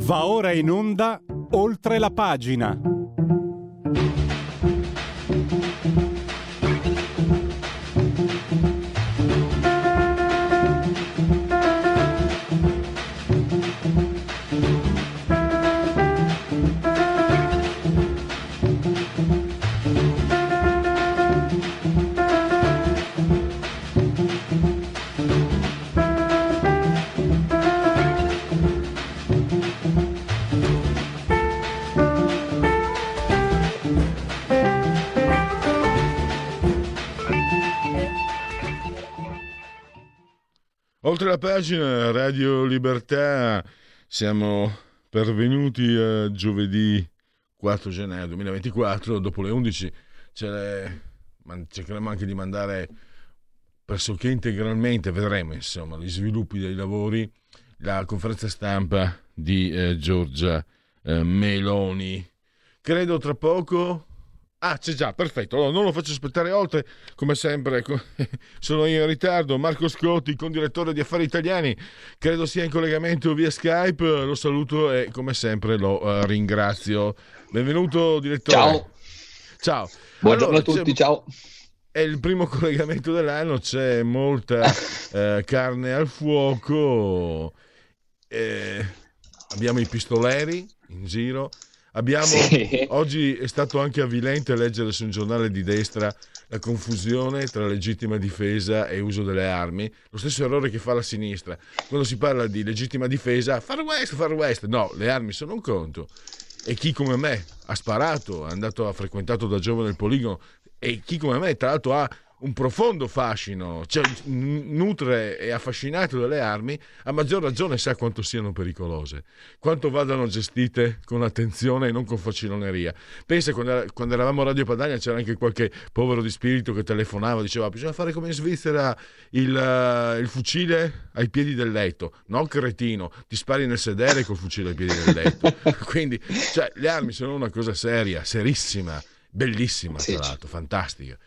Va ora in onda Oltre la pagina. Oltre la pagina Radio Libertà, siamo pervenuti a giovedì 4 gennaio 2024, dopo le 11 cercheremo anche di mandare pressoché integralmente, vedremo insomma gli sviluppi dei lavori, la conferenza stampa di Giorgia Meloni. Credo tra poco... c'è già, perfetto, allora non lo faccio aspettare oltre, come sempre sono io in ritardo. Marco Scotti, condirettore di Affari Italiani, credo sia in collegamento via Skype, lo saluto e come sempre lo ringrazio. Benvenuto direttore. Ciao. Buongiorno a tutti, ciao. È il primo collegamento dell'anno, c'è molta carne al fuoco, abbiamo i pistoleri in giro. Oggi è stato anche avvilente leggere su un giornale di destra la confusione tra legittima difesa e uso delle armi, lo stesso errore che fa la sinistra. Quando si parla di legittima difesa, far west, no, le armi sono un conto. E chi come me ha sparato, ha frequentato da giovane il poligono, e chi come me tra l'altro ha un profondo fascino, cioè nutre e affascinato dalle armi, a maggior ragione sa quanto siano pericolose, quanto vadano gestite con attenzione e non con faciloneria. Pensa, quando eravamo a Radio Padania c'era anche qualche povero di spirito che telefonava, diceva bisogna fare come in Svizzera il fucile ai piedi del letto. No, cretino, ti spari nel sedere col fucile ai piedi del letto. Quindi cioè, le armi sono una cosa seria, serissima, bellissima, tra l'altro, fantastica.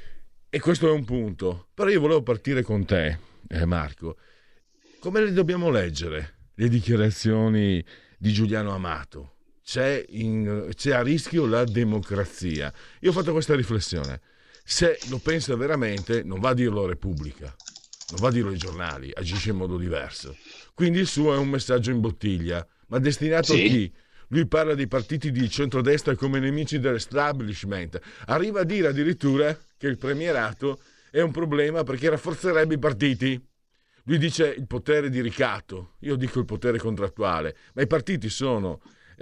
E questo è un punto. Però io volevo partire con te, Marco. Come le dobbiamo leggere le dichiarazioni di Giuliano Amato? C'è a rischio la democrazia. Io ho fatto questa riflessione. Se lo pensa veramente, non va a dirlo a Repubblica, non va a dirlo ai giornali, agisce in modo diverso. Quindi il suo è un messaggio in bottiglia, ma destinato a chi? Lui parla dei partiti di centrodestra come nemici dell'establishment. Arriva a dire addirittura che il premierato è un problema perché rafforzerebbe i partiti. Lui dice il potere di ricatto, io dico il potere contrattuale, ma i partiti sono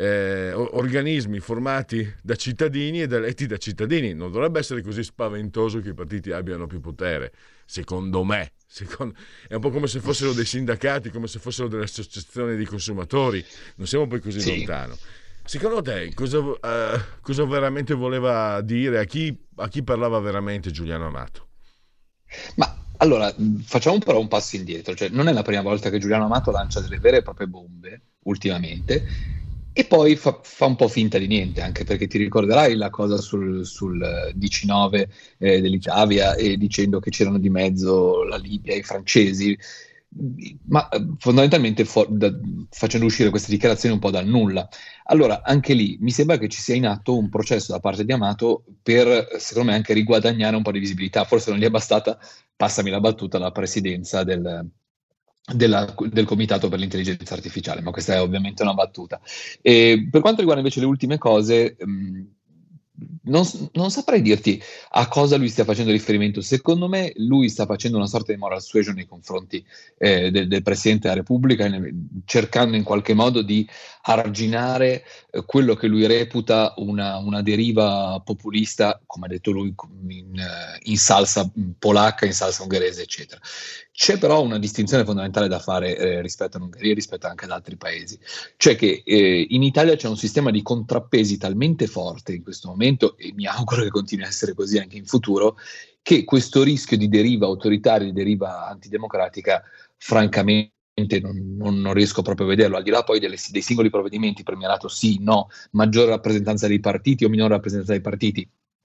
organismi formati da cittadini ed eletti da cittadini. Non dovrebbe essere così spaventoso che i partiti abbiano più potere, secondo me. È un po' come se fossero dei sindacati, come se fossero delle associazioni di consumatori. Non siamo poi così lontano. Secondo te cosa veramente voleva dire? A chi parlava veramente Giuliano Amato? Ma allora facciamo però un passo indietro, cioè non è la prima volta che Giuliano Amato lancia delle vere e proprie bombe ultimamente e poi fa un po' finta di niente, anche perché ti ricorderai la cosa sul DC-9 dell'Italia e dicendo che c'erano di mezzo la Libia e i francesi, ma fondamentalmente facendo uscire queste dichiarazioni un po' dal nulla. Allora anche lì mi sembra che ci sia in atto un processo da parte di Amato per, secondo me, anche riguadagnare un po' di visibilità. Forse non gli è bastata, passami la battuta, la presidenza del Comitato per l'intelligenza artificiale, ma questa è ovviamente una battuta. E per quanto riguarda invece le ultime cose, non saprei dirti a cosa lui stia facendo riferimento. Secondo me lui sta facendo una sorta di moral suasion nei confronti del Presidente della Repubblica, cercando in qualche modo di arginare quello che lui reputa una deriva populista, come ha detto lui, in salsa polacca, in salsa ungherese, eccetera. C'è però una distinzione fondamentale da fare rispetto all'Ungheria e rispetto anche ad altri paesi, cioè che in Italia c'è un sistema di contrappesi talmente forte in questo momento, e mi auguro che continui a essere così anche in futuro, che questo rischio di deriva autoritaria, di deriva antidemocratica, francamente non riesco proprio a vederlo, al di là poi dei singoli provvedimenti, premierato sì, no, maggiore rappresentanza dei partiti o minore rappresentanza dei partiti.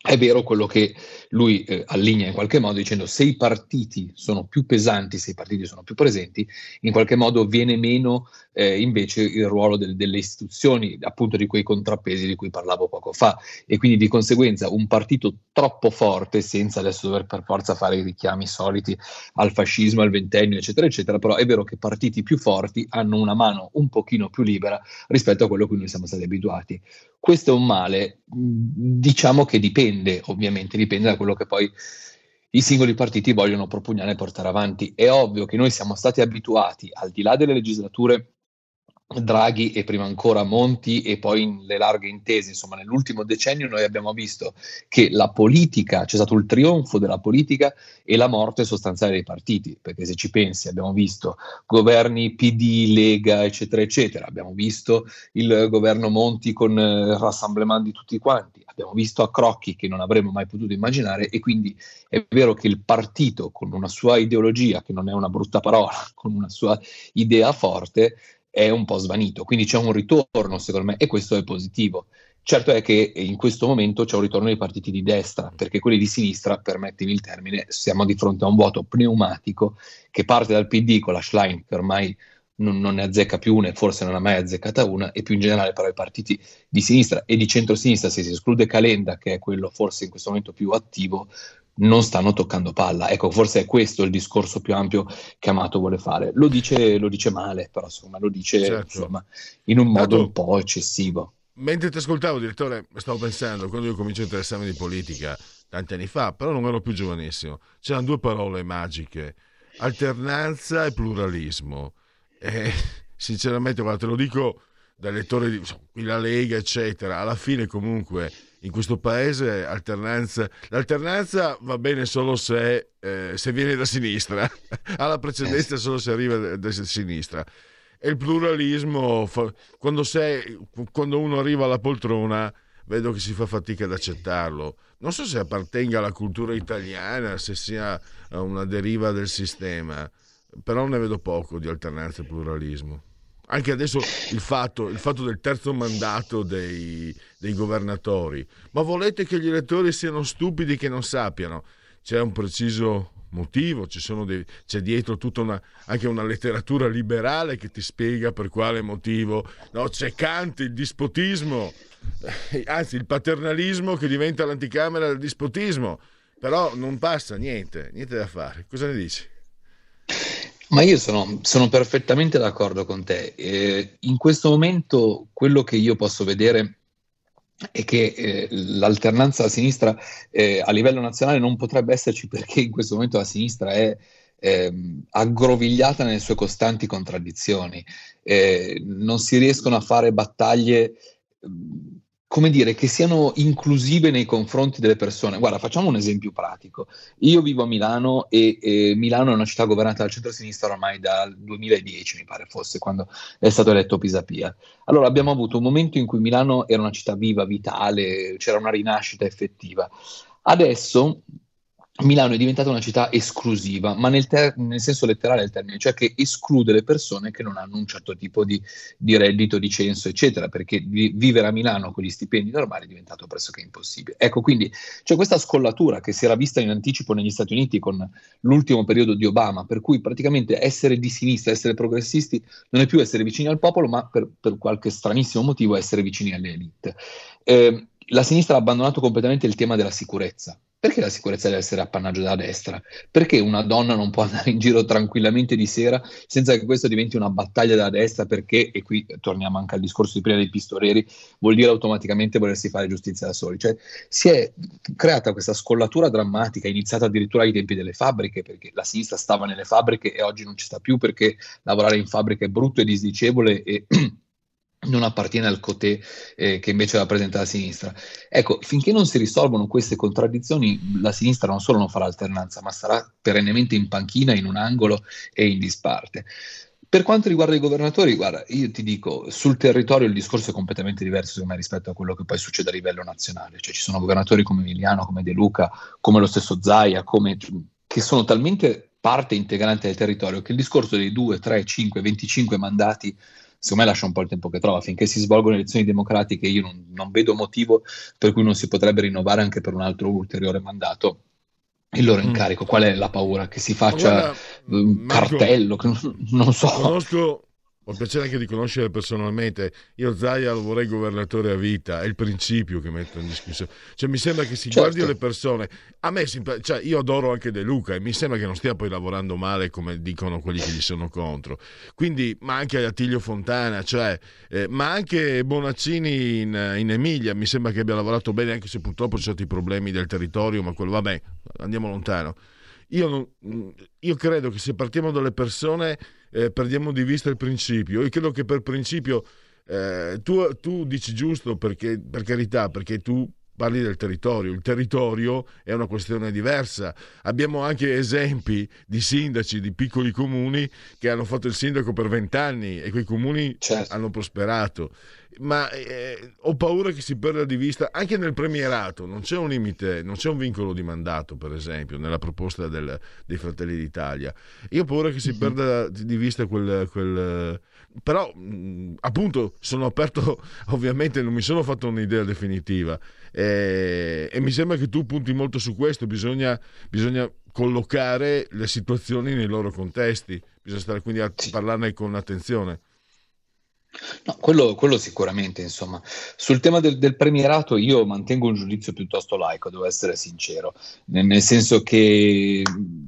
È vero quello che lui allinea in qualche modo dicendo: se i partiti sono più pesanti, se i partiti sono più presenti, in qualche modo viene meno invece il ruolo delle istituzioni, appunto di quei contrappesi di cui parlavo poco fa, e quindi di conseguenza un partito troppo forte, senza adesso dover per forza fare i richiami soliti al fascismo, al ventennio, eccetera, eccetera, però è vero che partiti più forti hanno una mano un pochino più libera rispetto a quello a cui noi siamo stati abituati. Questo è un male, diciamo che dipende, ovviamente, dipende da quello che poi i singoli partiti vogliono propugnare e portare avanti. È ovvio che noi siamo stati abituati, al di là delle legislature Draghi e prima ancora Monti e poi le larghe intese, insomma nell'ultimo decennio noi abbiamo visto che la politica, c'è stato il trionfo della politica e la morte sostanziale dei partiti, perché se ci pensi abbiamo visto governi PD, Lega, eccetera, eccetera, abbiamo visto il governo Monti con il rassemblement di tutti quanti, abbiamo visto accrocchi che non avremmo mai potuto immaginare, e quindi è vero che il partito con una sua ideologia, che non è una brutta parola, con una sua idea forte, è un po' svanito, quindi c'è un ritorno secondo me e questo è positivo. Certo è che in questo momento c'è un ritorno dei partiti di destra, perché quelli di sinistra, permettimi il termine, siamo di fronte a un vuoto pneumatico che parte dal PD con la Schlein, che ormai non ne azzecca più una e forse non ha mai azzeccata una, e più in generale però i partiti di sinistra e di centrosinistra, se si esclude Calenda, che è quello forse in questo momento più attivo, non stanno toccando palla. Ecco, forse è questo il discorso più ampio che Amato vuole fare. Lo dice male, però insomma lo dice Certo. insomma, in un modo un po' eccessivo. Mentre ti ascoltavo, direttore, stavo pensando, quando io comincio a interessarmi di politica, tanti anni fa, però non ero più giovanissimo, c'erano due parole magiche: alternanza e pluralismo. E sinceramente, guarda, te lo dico da lettore di qui la Lega, eccetera, alla fine comunque in questo paese l'alternanza va bene solo se viene da sinistra, ha la precedenza solo se arriva da sinistra. E il pluralismo, quando uno arriva alla poltrona, vedo che si fa fatica ad accettarlo. Non so se appartenga alla cultura italiana, se sia una deriva del sistema, però ne vedo poco di alternanza e pluralismo. Anche adesso il fatto del terzo mandato dei governatori. Ma volete che gli elettori siano stupidi che non sappiano? C'è un preciso motivo, c'è dietro tutta anche una letteratura liberale che ti spiega per quale motivo. No, c'è Kant, il dispotismo, anzi il paternalismo che diventa l'anticamera del dispotismo, però non passa niente da fare. Cosa ne dici? Ma io sono perfettamente d'accordo con te. In questo momento quello che io posso vedere è che l'alternanza a sinistra a livello nazionale non potrebbe esserci, perché in questo momento la sinistra è aggrovigliata nelle sue costanti contraddizioni. Non si riescono a fare battaglie come dire, che siano inclusive nei confronti delle persone. Guarda, facciamo un esempio pratico. Io vivo a Milano e Milano è una città governata dal centro-sinistra ormai dal 2010, mi pare fosse, quando è stato eletto Pisapia. Allora abbiamo avuto un momento in cui Milano era una città viva, vitale, c'era una rinascita effettiva. Adesso Milano è diventata una città esclusiva, ma nel senso letterale del termine, cioè che esclude le persone che non hanno un certo tipo di reddito, di censo, eccetera, perché vivere a Milano con gli stipendi normali è diventato pressoché impossibile. Ecco, quindi c'è questa scollatura che si era vista in anticipo negli Stati Uniti con l'ultimo periodo di Obama, per cui praticamente essere di sinistra, essere progressisti, non è più essere vicini al popolo, ma per qualche stranissimo motivo essere vicini alle elite. La sinistra ha abbandonato completamente il tema della sicurezza. Perché la sicurezza deve essere appannaggio della destra? Perché una donna non può andare in giro tranquillamente di sera senza che questo diventi una battaglia della destra? Perché, e qui torniamo anche al discorso di prima dei pistolieri, vuol dire automaticamente volersi fare giustizia da soli. Cioè si è creata questa scollatura drammatica, iniziata addirittura ai tempi delle fabbriche, perché la sinistra stava nelle fabbriche e oggi non ci sta più perché lavorare in fabbrica è brutto e disdicevole e non appartiene al cotè che invece rappresenta la sinistra. Ecco, finché non si risolvono queste contraddizioni, la sinistra non solo non farà alternanza, ma sarà perennemente in panchina, in un angolo e in disparte. Per quanto riguarda i governatori, guarda, io ti dico, sul territorio il discorso è completamente diverso secondo me rispetto a quello che poi succede a livello nazionale. Cioè ci sono governatori come Emiliano, come De Luca, come lo stesso Zaia, che sono talmente parte integrante del territorio che il discorso dei 2, 3, 5, 25 mandati secondo me lascia un po' il tempo che trova. Finché si svolgono elezioni democratiche io non vedo motivo per cui non si potrebbe rinnovare anche per un altro ulteriore mandato il loro incarico. Qual è la paura? Che si faccia un cartello? Che non so. Ho il piacere anche di conoscere personalmente. Io Zaia lo vorrei governatore a vita, è il principio che metto in discussione. Cioè, mi sembra che si guardi le persone. A me, cioè, io adoro anche De Luca e mi sembra che non stia poi lavorando male come dicono quelli che gli sono contro. Quindi, ma anche Attilio Fontana, cioè, ma anche Bonaccini in Emilia, mi sembra che abbia lavorato bene, anche se purtroppo ci sono stati problemi del territorio, ma quello, vabbè, andiamo lontano. Io credo che se partiamo dalle persone perdiamo di vista il principio. Io credo che per principio tu dici giusto, perché, per carità, perché tu parli del territorio. Il territorio è una questione diversa. Abbiamo anche esempi di sindaci di piccoli comuni che hanno fatto il sindaco per 20 anni e quei comuni hanno prosperato. Ma ho paura che si perda di vista anche nel premierato. Non c'è un limite, non c'è un vincolo di mandato, per esempio, nella proposta dei Fratelli d'Italia. Io ho paura che si perda di vista quel però appunto sono aperto, ovviamente non mi sono fatto un'idea definitiva e mi sembra che tu punti molto su questo. Bisogna collocare le situazioni nei loro contesti, bisogna stare quindi a parlarne con attenzione. No, quello sicuramente, insomma. Sul tema del premierato io mantengo un giudizio piuttosto laico, devo essere sincero, nel senso che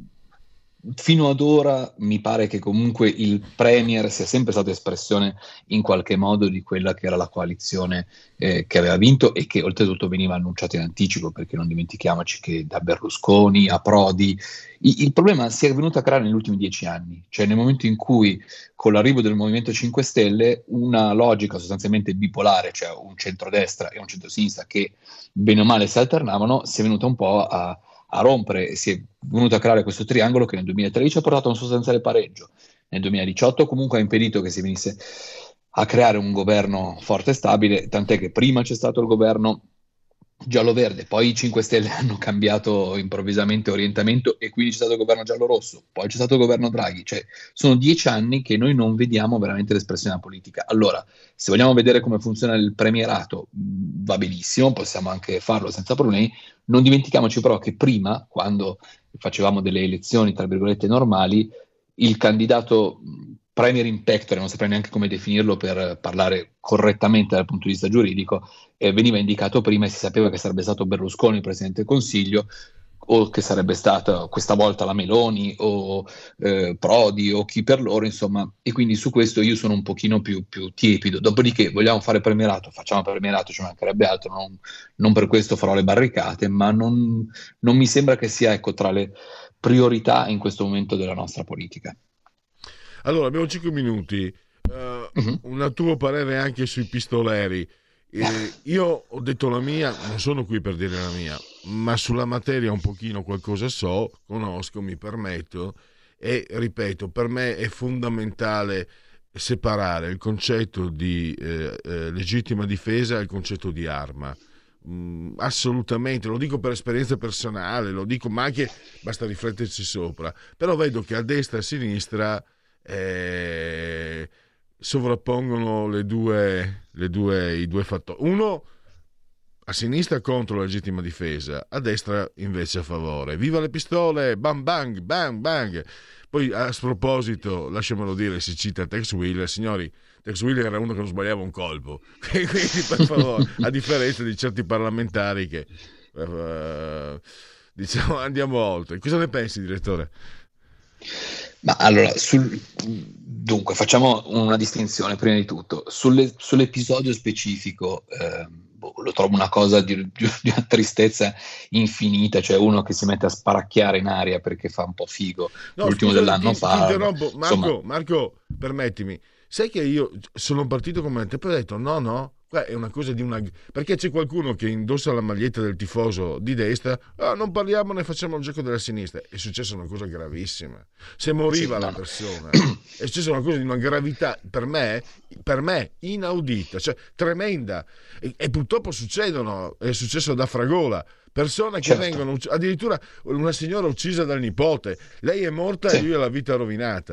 fino ad ora mi pare che comunque il Premier sia sempre stato espressione in qualche modo di quella che era la coalizione che aveva vinto e che oltretutto veniva annunciata in anticipo, perché non dimentichiamoci che da Berlusconi a Prodi il problema si è venuto a creare negli ultimi 10 anni, cioè nel momento in cui con l'arrivo del Movimento 5 Stelle una logica sostanzialmente bipolare, cioè un centrodestra e un centrosinistra che bene o male si alternavano, si è venuta un po' a rompere. Si è venuto a creare questo triangolo che nel 2013 ha portato a un sostanziale pareggio, nel 2018 comunque ha impedito che si venisse a creare un governo forte e stabile, tant'è che prima c'è stato il governo giallo-verde, poi i 5 Stelle hanno cambiato improvvisamente orientamento e quindi c'è stato il governo giallo-rosso, poi c'è stato il governo Draghi. Cioè sono 10 anni che noi non vediamo veramente l'espressione della politica. Allora, se vogliamo vedere come funziona il premierato, va benissimo, possiamo anche farlo senza problemi. Non dimentichiamoci però che prima, quando facevamo delle elezioni tra virgolette normali, il candidato premier in pectore, non saprei neanche come definirlo per parlare correttamente dal punto di vista giuridico, veniva indicato prima e si sapeva che sarebbe stato Berlusconi il Presidente del Consiglio, o che sarebbe stata questa volta la Meloni o Prodi o chi per loro, insomma, e quindi su questo io sono un pochino più tiepido. Dopodiché vogliamo fare premierato, facciamo premierato, ci mancherebbe altro, non per questo farò le barricate, ma non mi sembra che sia, ecco, tra le priorità in questo momento della nostra politica. Allora, abbiamo 5 minuti. Un tuo parere anche sui pistoleri. Io ho detto la mia, non sono qui per dire la mia, ma sulla materia un pochino qualcosa conosco, mi permetto, e ripeto, per me è fondamentale separare il concetto di legittima difesa e il concetto di arma. Assolutamente, lo dico per esperienza personale, lo dico, ma anche basta rifletterci sopra. Però vedo che a destra e a sinistra sovrappongono i due fattori. Uno a sinistra contro la legittima difesa, a destra invece a favore. Viva le pistole, bam bang, bang bang. Poi a sproposito, lasciamelo dire, si cita Tex Willer. Signori, Tex Willer era uno che non sbagliava un colpo, quindi per favore, a differenza di certi parlamentari che diciamo andiamo oltre. Cosa ne pensi, direttore? Ma allora, dunque, facciamo una distinzione prima di tutto. Sull'episodio specifico, lo trovo una cosa di una tristezza infinita, cioè uno che si mette a sparacchiare in aria perché fa un po' figo. No, l'ultimo dell'anno fa. Ti interrompo. Marco, permettimi. Sai che io sono partito come te, poi ho detto no, qua è una cosa perché c'è qualcuno che indossa la maglietta del tifoso di destra, non parliamo, ne facciamo il gioco della sinistra. È successa una cosa gravissima, se moriva la persona, è successa una cosa di una gravità per me inaudita, cioè tremenda, e purtroppo è successo da Fragola, persone che vengono, addirittura una signora uccisa dal nipote, lei è morta e lui ha la vita rovinata.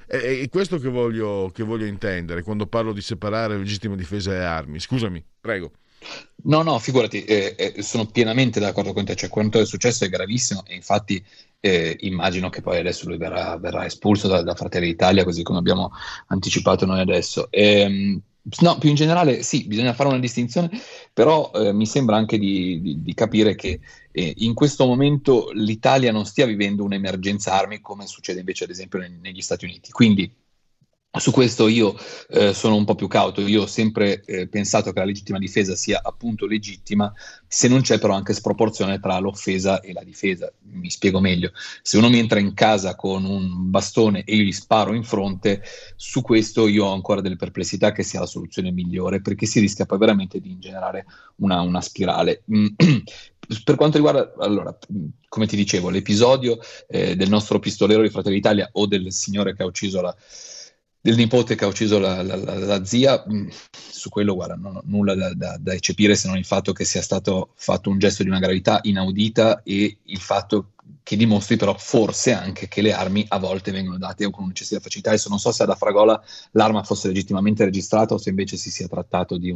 È questo che voglio intendere quando parlo di separare legittima difesa e armi. Scusami, prego. No, figurati, sono pienamente d'accordo con te, cioè quanto è successo è gravissimo e infatti immagino che poi adesso lui verrà espulso da Fratelli d'Italia, così come abbiamo anticipato noi adesso. No, più in generale sì, bisogna fare una distinzione, però mi sembra anche di capire che in questo momento l'Italia non stia vivendo un'emergenza armi come succede invece ad esempio negli Stati Uniti. Quindi su questo io sono un po' più cauto. Io ho sempre pensato che la legittima difesa sia appunto legittima se non c'è però anche sproporzione tra l'offesa e la difesa. Mi spiego meglio. Se uno mi entra in casa con un bastone e io gli sparo in fronte, su questo io ho ancora delle perplessità che sia la soluzione migliore, perché si rischia poi veramente di ingenerare una spirale. Per quanto riguarda, allora, come ti dicevo, l'episodio del nostro pistolero di Fratelli d'Italia o del signore che ha ucciso del nipote che ha ucciso la zia, su quello guarda, non ho nulla da eccepire se non il fatto che sia stato fatto un gesto di una gravità inaudita e il fatto che dimostri però forse anche che le armi a volte vengono date con un'eccessiva facilità. Adesso non so se ad Afragola l'arma fosse legittimamente registrata o se invece si sia trattato di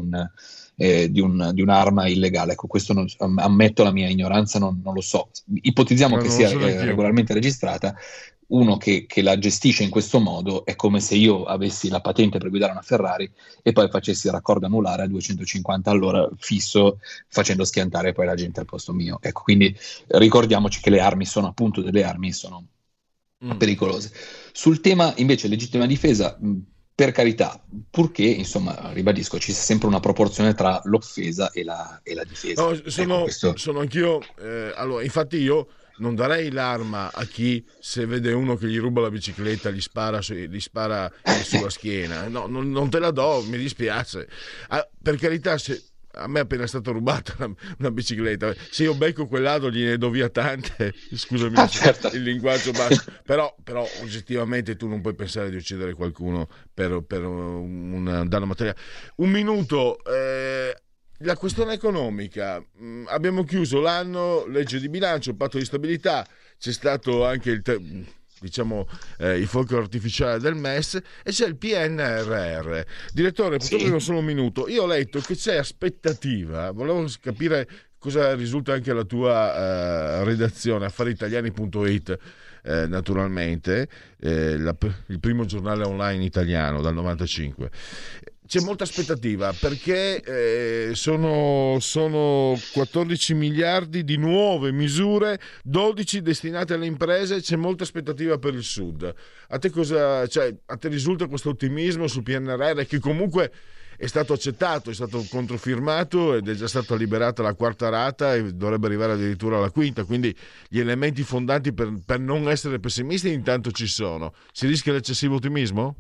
un'arma illegale. Ecco, questo ammetto la mia ignoranza, non lo so. Ipotizziamo che sia regolarmente registrata. Uno che la gestisce in questo modo è come se io avessi la patente per guidare una Ferrari e poi facessi il raccordo anulare a 250 all'ora fisso, facendo schiantare poi la gente al posto mio. Ecco, quindi ricordiamoci che le armi sono appunto delle armi, sono pericolose. Sul tema invece legittima difesa, per carità, purché, insomma, ribadisco, ci sia sempre una proporzione tra l'offesa e la difesa. No, sono anch'io, allora, infatti io non darei l'arma a chi, se vede uno che gli ruba la bicicletta, gli spara sulla schiena. No, non te la do, mi dispiace. Per carità, se a me è appena stata rubata una bicicletta, se io becco quel ladro gliene do via tante, scusami certo. Il linguaggio basso, però oggettivamente tu non puoi pensare di uccidere qualcuno per un danno materiale. Un minuto. La questione economica, abbiamo chiuso l'anno, legge di bilancio, patto di stabilità, c'è stato anche il fuoco artificiale del MES e c'è il PNRR. Direttore, purtroppo non solo un minuto. Io ho letto che c'è aspettativa, volevo capire cosa risulta anche alla tua redazione, affariitaliani.it, naturalmente, il primo giornale online italiano dal 95. C'è molta aspettativa perché sono 14 miliardi di nuove misure, 12 destinate alle imprese, c'è molta aspettativa per il Sud. A te risulta questo ottimismo sul PNRR che comunque è stato accettato, è stato controfirmato ed è già stata liberata la quarta rata e dovrebbe arrivare addirittura alla quinta, quindi gli elementi fondanti per non essere pessimisti intanto ci sono. Si rischia l'eccessivo ottimismo?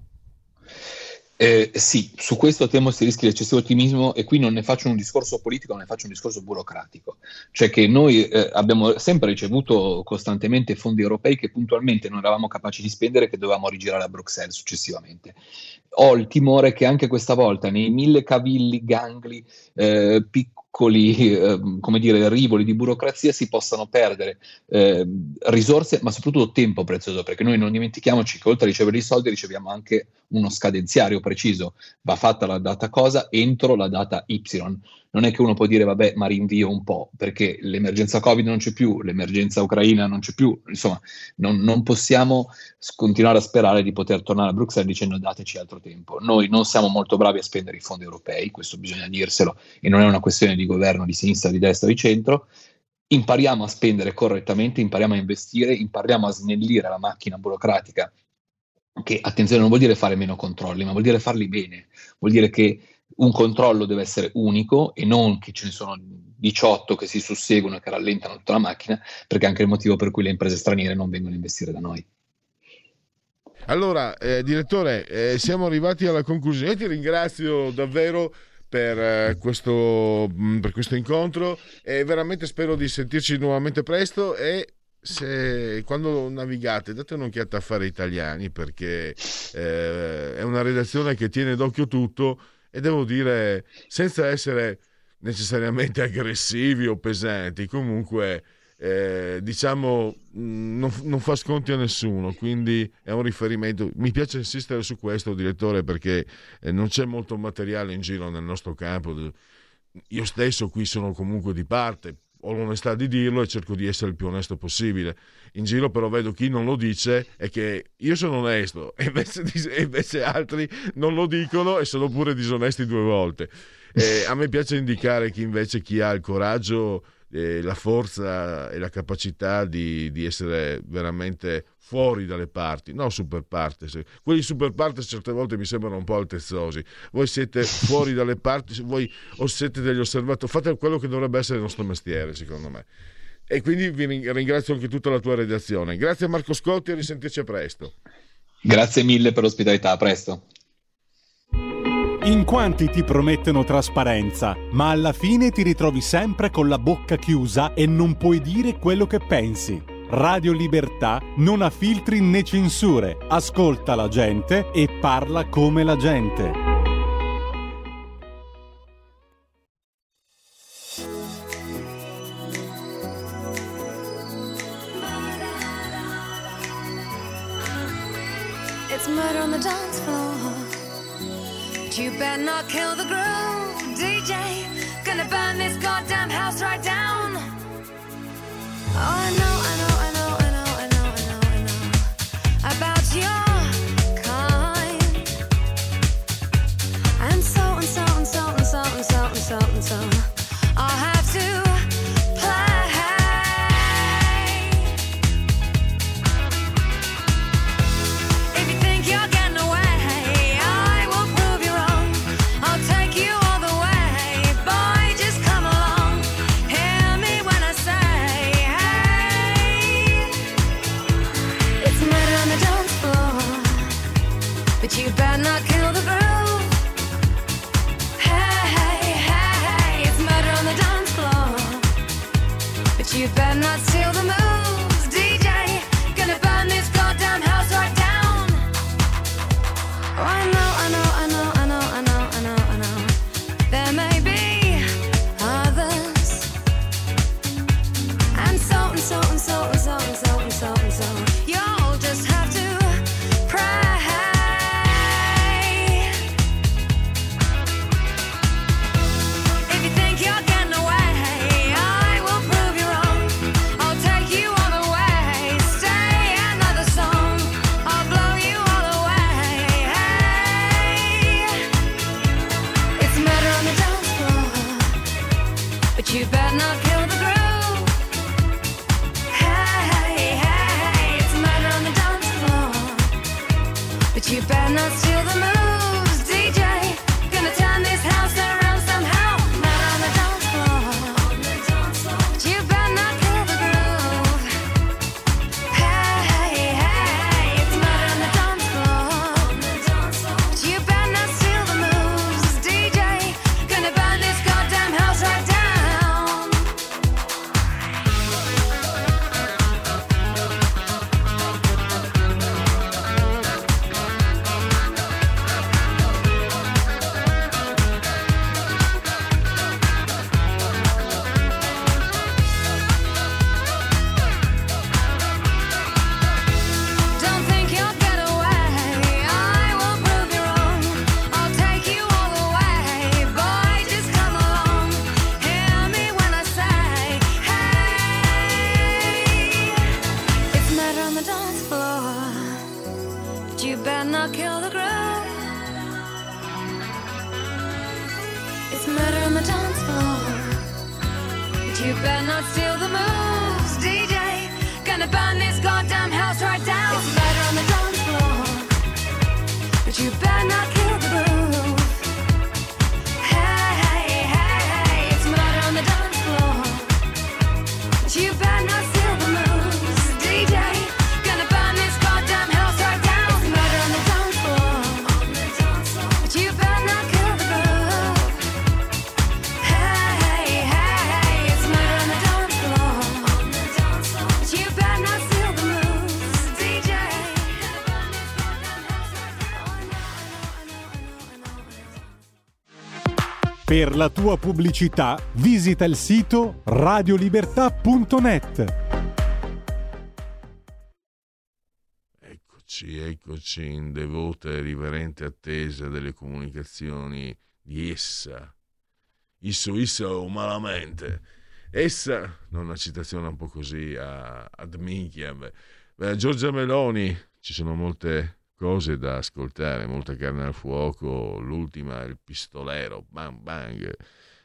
Sì, su questo temo si rischia l'eccessivo ottimismo e qui non ne faccio un discorso politico, ne faccio un discorso burocratico, cioè che noi abbiamo sempre ricevuto costantemente fondi europei che puntualmente non eravamo capaci di spendere, che dovevamo rigirare a Bruxelles successivamente. Ho il timore che anche questa volta nei 1000 cavilli, gangli, piccoli come dire, rivoli di burocrazia si possano perdere risorse, ma soprattutto tempo prezioso, perché noi non dimentichiamoci che oltre a ricevere i soldi riceviamo anche uno scadenziario preciso, va fatta la data cosa entro la data Y. Non è che uno può dire vabbè ma rinvio un po', perché l'emergenza Covid non c'è più, l'emergenza Ucraina non c'è più, insomma non possiamo continuare a sperare di poter tornare a Bruxelles dicendo dateci altro tempo. Noi non siamo molto bravi a spendere i fondi europei, questo bisogna dirselo, e non è una questione di governo di sinistra, di destra o di centro. Impariamo a spendere correttamente, impariamo a investire, impariamo a snellire la macchina burocratica, che attenzione non vuol dire fare meno controlli, ma vuol dire farli bene, vuol dire che un controllo deve essere unico e non che ce ne sono 18 che si susseguono e che rallentano tutta la macchina, perché è anche il motivo per cui le imprese straniere non vengono a investire da noi. Allora, direttore, siamo arrivati alla conclusione. Io ti ringrazio davvero per questo incontro e veramente spero di sentirci nuovamente presto e quando navigate date un'occhiata a Affari Italiani, perché è una redazione che tiene d'occhio tutto e devo dire senza essere necessariamente aggressivi o pesanti, comunque diciamo non fa sconti a nessuno, quindi è un riferimento. Mi piace insistere su questo, direttore, perché non c'è molto materiale in giro nel nostro campo. Io stesso qui sono comunque di parte, ho l'onestà di dirlo e cerco di essere il più onesto possibile. In giro però vedo chi non lo dice e che io sono onesto e invece altri non lo dicono e sono pure disonesti 2 volte. A me piace indicare chi ha il coraggio, la forza e la capacità di essere veramente fuori dalle parti, no super partes. Quelli super partes certe volte mi sembrano un po' altezzosi. Voi siete fuori dalle parti, voi o siete degli osservatori, fate quello che dovrebbe essere il nostro mestiere, secondo me. E quindi vi ringrazio anche tutta la tua redazione. Grazie a Marco Scotti e risentirci a presto. Grazie mille per l'ospitalità, a presto. In quanti ti promettono trasparenza, ma alla fine ti ritrovi sempre con la bocca chiusa e non puoi dire quello che pensi. Radio Libertà non ha filtri né censure, ascolta la gente e parla come la gente. It's murder on the dance floor. You better not kill the groove, DJ. Gonna burn this goddamn house right down. Oh, I know about your kind. And so I'll have to play. If you think you're getting away, but you better not kill the groove. Hey, hey, hey, it's murder on the dance floor. But you better not steal the moves, DJ. Gonna burn this goddamn house right down. Oh, I know. There may be others. And so. You'll just have to pray. You better not kill the groove. Hey, hey, it's murder on the dance floor. But you better not steal the moves, DJ. Gonna turn this house around somehow. Murder on the dance floor. But you better not kill the groove. Hey, hey, it's murder on the dance floor. But you better not steal the moves, DJ. Gonna burn this goddamn house right down. You better not kill the groove. It's murder on the dance floor. But you better not steal the moves, DJ. Gonna burn this goddamn house right down. It's murder on the dance floor. But you better not kill the groove. Hey, hey, it's murder on the dance floor. But you better not steal the moves, DJ. Gonna burn this goddamn house right down. You better not kill the groove. Hey, hey, it's murder on the dance floor. You better not steal the moves. Per la tua pubblicità visita il sito radiolibertà.net. Eccoci in devota e riverente attesa delle comunicazioni di essa. Issa o malamente. Essa, non una citazione un po' così ad minchia. Giorgia Meloni, ci sono molte cose da ascoltare, molta carne al fuoco, l'ultima il pistolero, bang bang,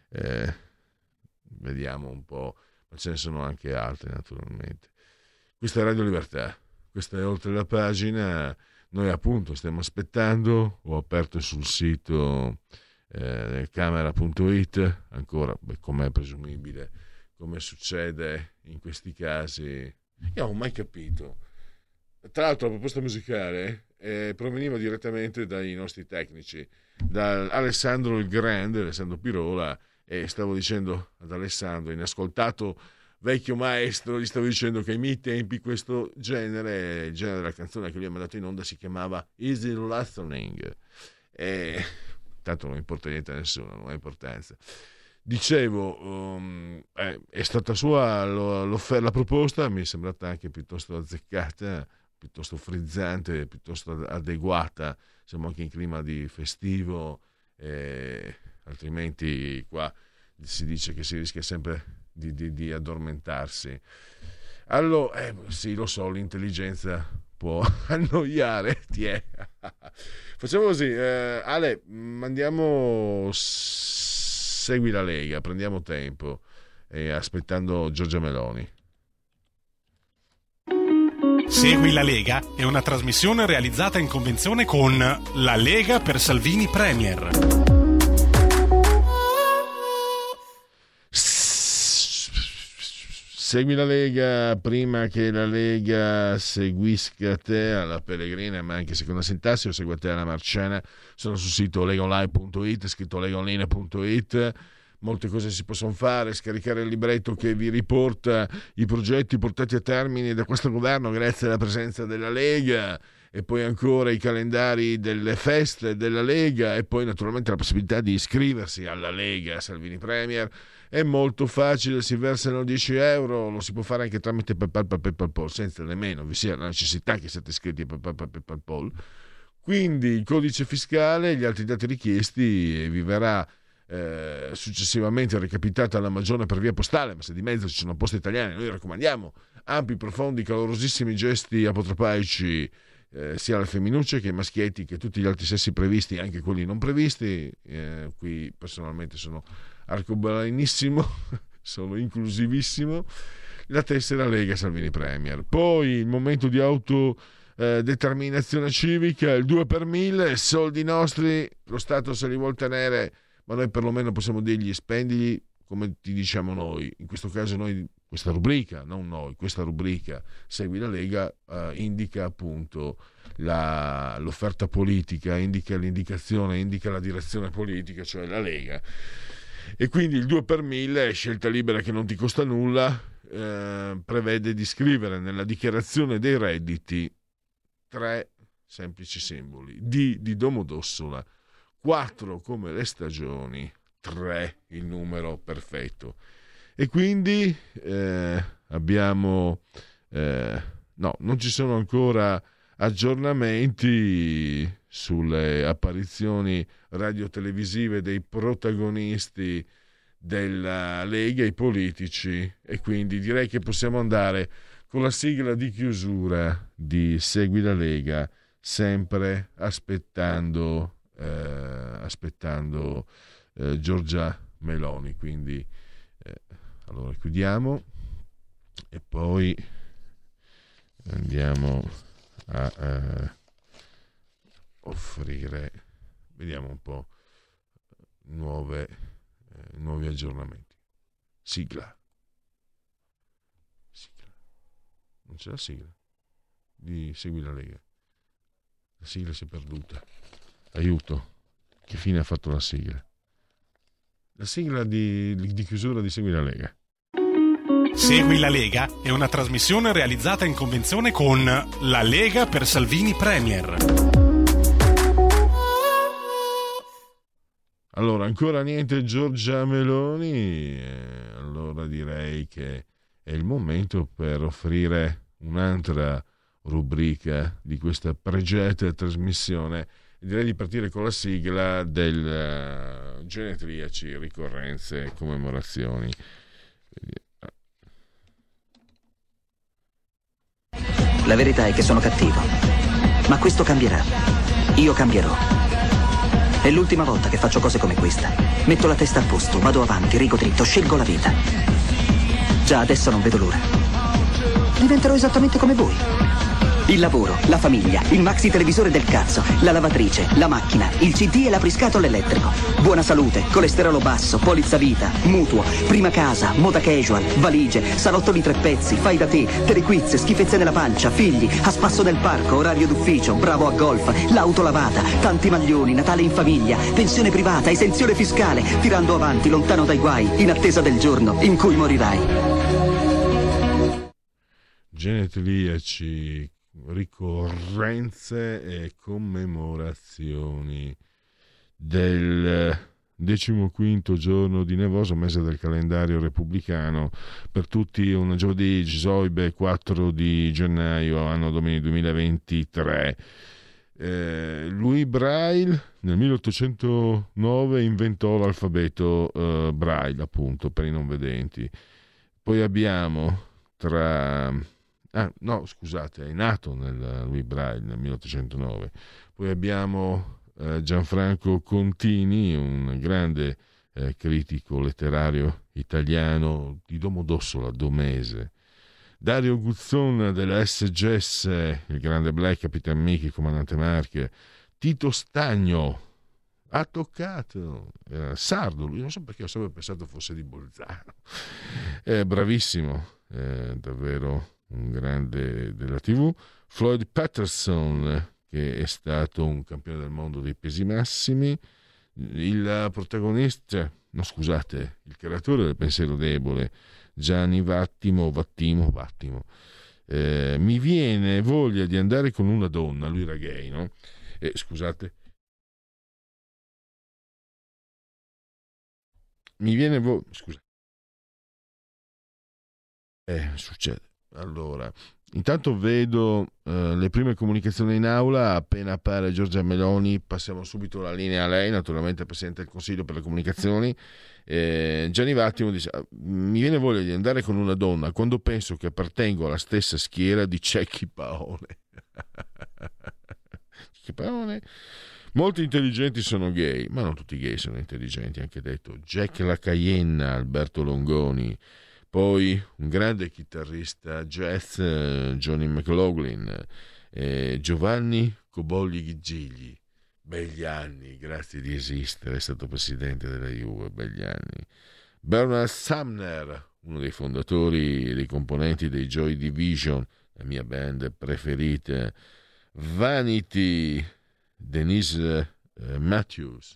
vediamo un po', ma ce ne sono anche altre naturalmente. Questa è Radio Libertà, questa è Oltre la Pagina. Noi appunto stiamo aspettando, ho aperto sul sito camera.it, ancora come è presumibile, come succede in questi casi. Io non ho mai capito. Tra l'altro la proposta musicale proveniva direttamente dai nostri tecnici, da Alessandro il Grande, Alessandro Pirola, e stavo dicendo ad Alessandro, inascoltato vecchio maestro, gli stavo dicendo che ai miei tempi questo genere, il genere della canzone che lui ha mandato in onda si chiamava Easy Listening, e tanto non importa niente a nessuno, non ha importanza. Dicevo, è stata sua la proposta, mi è sembrata anche piuttosto azzeccata, piuttosto frizzante, piuttosto adeguata. Siamo anche in clima di festivo, altrimenti qua si dice che si rischia sempre di addormentarsi. Allora, sì, lo so, l'intelligenza può annoiare. Facciamo così, Ale, mandiamo Segui la Lega, prendiamo tempo, aspettando Giorgia Meloni. Segui la Lega è una trasmissione realizzata in convenzione con La Lega per Salvini Premier. Segui la Lega prima che la Lega seguisca te alla Pellegrina, ma anche seconda sintassi, o segua te alla Marciana. Sono sul sito legaonline.it, scritto legaonline.it. Molte cose si possono fare, scaricare il libretto che vi riporta i progetti portati a termine da questo governo grazie alla presenza della Lega, e poi ancora i calendari delle feste della Lega, e poi naturalmente la possibilità di iscriversi alla Lega Salvini Premier. È molto facile, si versano 10 euro, lo si può fare anche tramite PayPal, senza nemmeno vi sia la necessità che siate iscritti a PayPal. Quindi il codice fiscale e gli altri dati richiesti vi verrà successivamente recapitata alla Magione per via postale, ma se di mezzo ci sono poste italiane, noi raccomandiamo ampi, profondi, calorosissimi gesti apotropaici sia alle femminucce che ai maschietti, che tutti gli altri sessi previsti, anche quelli non previsti. Qui personalmente sono arcobalanissimo, sono inclusivissimo. La tessera Lega Salvini Premier. Poi il momento di autodeterminazione civica, il 2 per 1000, soldi nostri, lo Stato se li vuol tenere, ma noi perlomeno possiamo dirgli spendili come ti diciamo noi. In questo caso noi, questa rubrica, non noi, questa rubrica Segui la Lega indica appunto l'offerta politica, indica l'indicazione, indica la direzione politica, cioè la Lega. E quindi il 2 per 1000 è scelta libera che non ti costa nulla, prevede di scrivere nella dichiarazione dei redditi 3 semplici simboli: D di Domodossola, 4 come le stagioni, 3 il numero perfetto. E quindi abbiamo non ci sono ancora aggiornamenti sulle apparizioni radiotelevisive dei protagonisti della Lega, i politici, e quindi direi che possiamo andare con la sigla di chiusura di Segui la Lega, sempre aspettando Giorgia Meloni. Quindi allora chiudiamo e poi andiamo a offrire, vediamo un po', nuovi aggiornamenti. Sigla. Non c'è la sigla di Segui la Lega. La sigla si è perduta. Aiuto. Che fine ha fatto la sigla? La sigla di chiusura di Segui la Lega. Segui la Lega è una trasmissione realizzata in convenzione con La Lega per Salvini Premier. Allora, ancora niente Giorgia Meloni, allora direi che è il momento per offrire un'altra rubrica di questa pregiata trasmissione. Direi di partire con la sigla del genetriaci, ricorrenze e commemorazioni. La verità è che sono cattivo, ma questo cambierà. Io cambierò. È l'ultima volta che faccio cose come questa. Metto la testa a posto, vado avanti, rigo dritto, scelgo la vita. Già adesso non vedo l'ora. Diventerò esattamente come voi. Il lavoro, la famiglia, il maxi televisore del cazzo, la lavatrice, la macchina, il CD e l'apriscatole elettrico. Buona salute, colesterolo basso, polizza vita, mutuo, prima casa, moda casual, valigie, salottoli 3 pezzi, fai da te, telequiz, schifezze nella pancia, figli, a spasso nel parco, orario d'ufficio, bravo a golf, l'auto lavata, tanti maglioni, Natale in famiglia, pensione privata, esenzione fiscale, tirando avanti, lontano dai guai, in attesa del giorno in cui morirai. Genetriaci, ricorrenze e commemorazioni del 15° giorno di nevoso mese del calendario repubblicano, per tutti un giovedì Gisoibe 4 di gennaio anno domini 2023. Louis Braille nel 1809 inventò l'alfabeto Braille, appunto, per i non vedenti. Poi abbiamo è nato nel Louis Braille nel 1809. Poi abbiamo Gianfranco Contini, un grande critico letterario italiano di Domodossola, Domese. Dario Guzzon della SGS, il grande Black, Capitan Mickey, comandante Marche. Tito Stagno ha toccato sardo, lui non so perché ho sempre pensato fosse di Bolzano. Bravissimo, davvero un grande della TV. Floyd Patterson, che è stato un campione del mondo dei pesi massimi, il creatore del pensiero debole, Gianni Vattimo. Mi viene voglia di andare con una donna, lui era gay, no? Succede. Allora, intanto vedo le prime comunicazioni in aula. Appena appare Giorgia Meloni passiamo subito la linea a lei, naturalmente Presidente del Consiglio per le comunicazioni. Gianni Vattimo dice: mi viene voglia di andare con una donna quando penso che appartengo alla stessa schiera di Cecchi Paone. Molti intelligenti sono gay, ma non tutti i gay sono intelligenti, anche detto Jack Lacayenna, Alberto Longoni. Poi un grande chitarrista jazz, Johnny McLaughlin, Giovanni Cobolli Gigli, begli anni, grazie di esistere, è stato presidente della Juve, begli anni. Bernard Sumner, uno dei fondatori e dei componenti dei Joy Division, la mia band preferita. Vanity, Denise Matthews,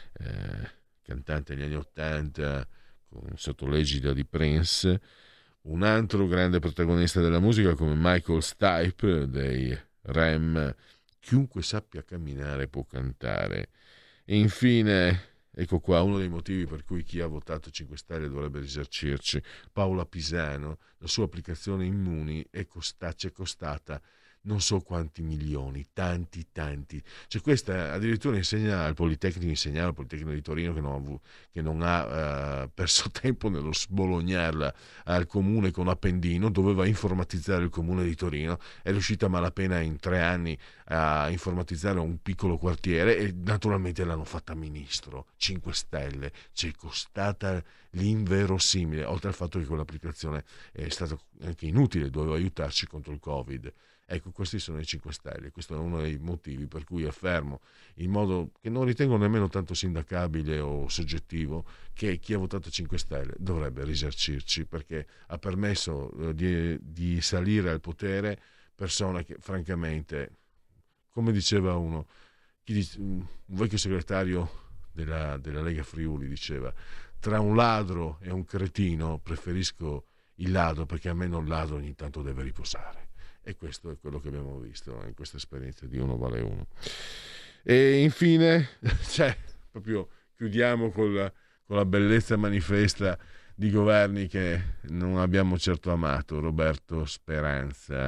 cantante negli anni '80 sotto l'egida di Prince. Un altro grande protagonista della musica come Michael Stipe dei Rem, chiunque sappia camminare può cantare. E infine, ecco qua uno dei motivi per cui chi ha votato 5 Stelle dovrebbe risarcirci: Paola Pisano. La sua applicazione Immuni ci è costata non so quanti milioni, tanti. Cioè questa addirittura insegna al Politecnico di Torino, che non ha perso tempo nello sbolognarla al comune con Appendino. Doveva informatizzare il comune di Torino, è riuscita a malapena in 3 anni a informatizzare un piccolo quartiere e naturalmente l'hanno fatta ministro. 5 Stelle, ci è costata l'inverosimile, oltre al fatto che quell'applicazione è stata anche inutile, doveva aiutarci contro il Covid. Ecco, questi sono i 5 Stelle. Questo è uno dei motivi per cui affermo, in modo che non ritengo nemmeno tanto sindacabile o soggettivo, che chi ha votato 5 Stelle dovrebbe risarcirci, perché ha permesso di salire al potere persone che francamente, come diceva un vecchio segretario della Lega Friuli, diceva: tra un ladro e un cretino preferisco il ladro, perché almeno il ladro ogni tanto deve riposare. E questo è quello che abbiamo visto in questa esperienza di Uno vale uno. E infine c'è proprio chiudiamo con la bellezza manifesta di governi che non abbiamo certo amato. Roberto Speranza,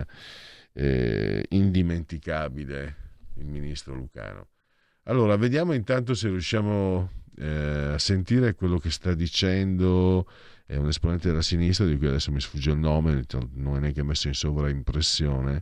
indimenticabile il ministro Lucano. Allora, vediamo intanto se riusciamo a sentire quello che sta dicendo un esponente della sinistra, di cui adesso mi sfugge il nome, non è neanche messo in sovraimpressione.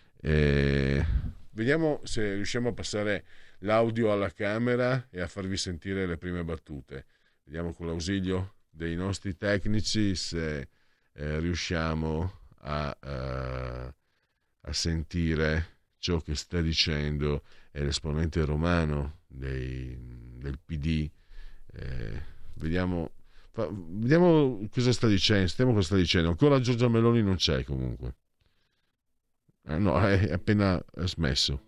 Vediamo se riusciamo a passare l'audio alla Camera e a farvi sentire le prime battute. Vediamo con l'ausilio dei nostri tecnici se riusciamo a sentire ciò che sta dicendo l'esponente romano del PD. Vediamo cosa sta dicendo. Sentiamo cosa sta dicendo. Ancora Giorgia Meloni non c'è, comunque. No, è appena smesso.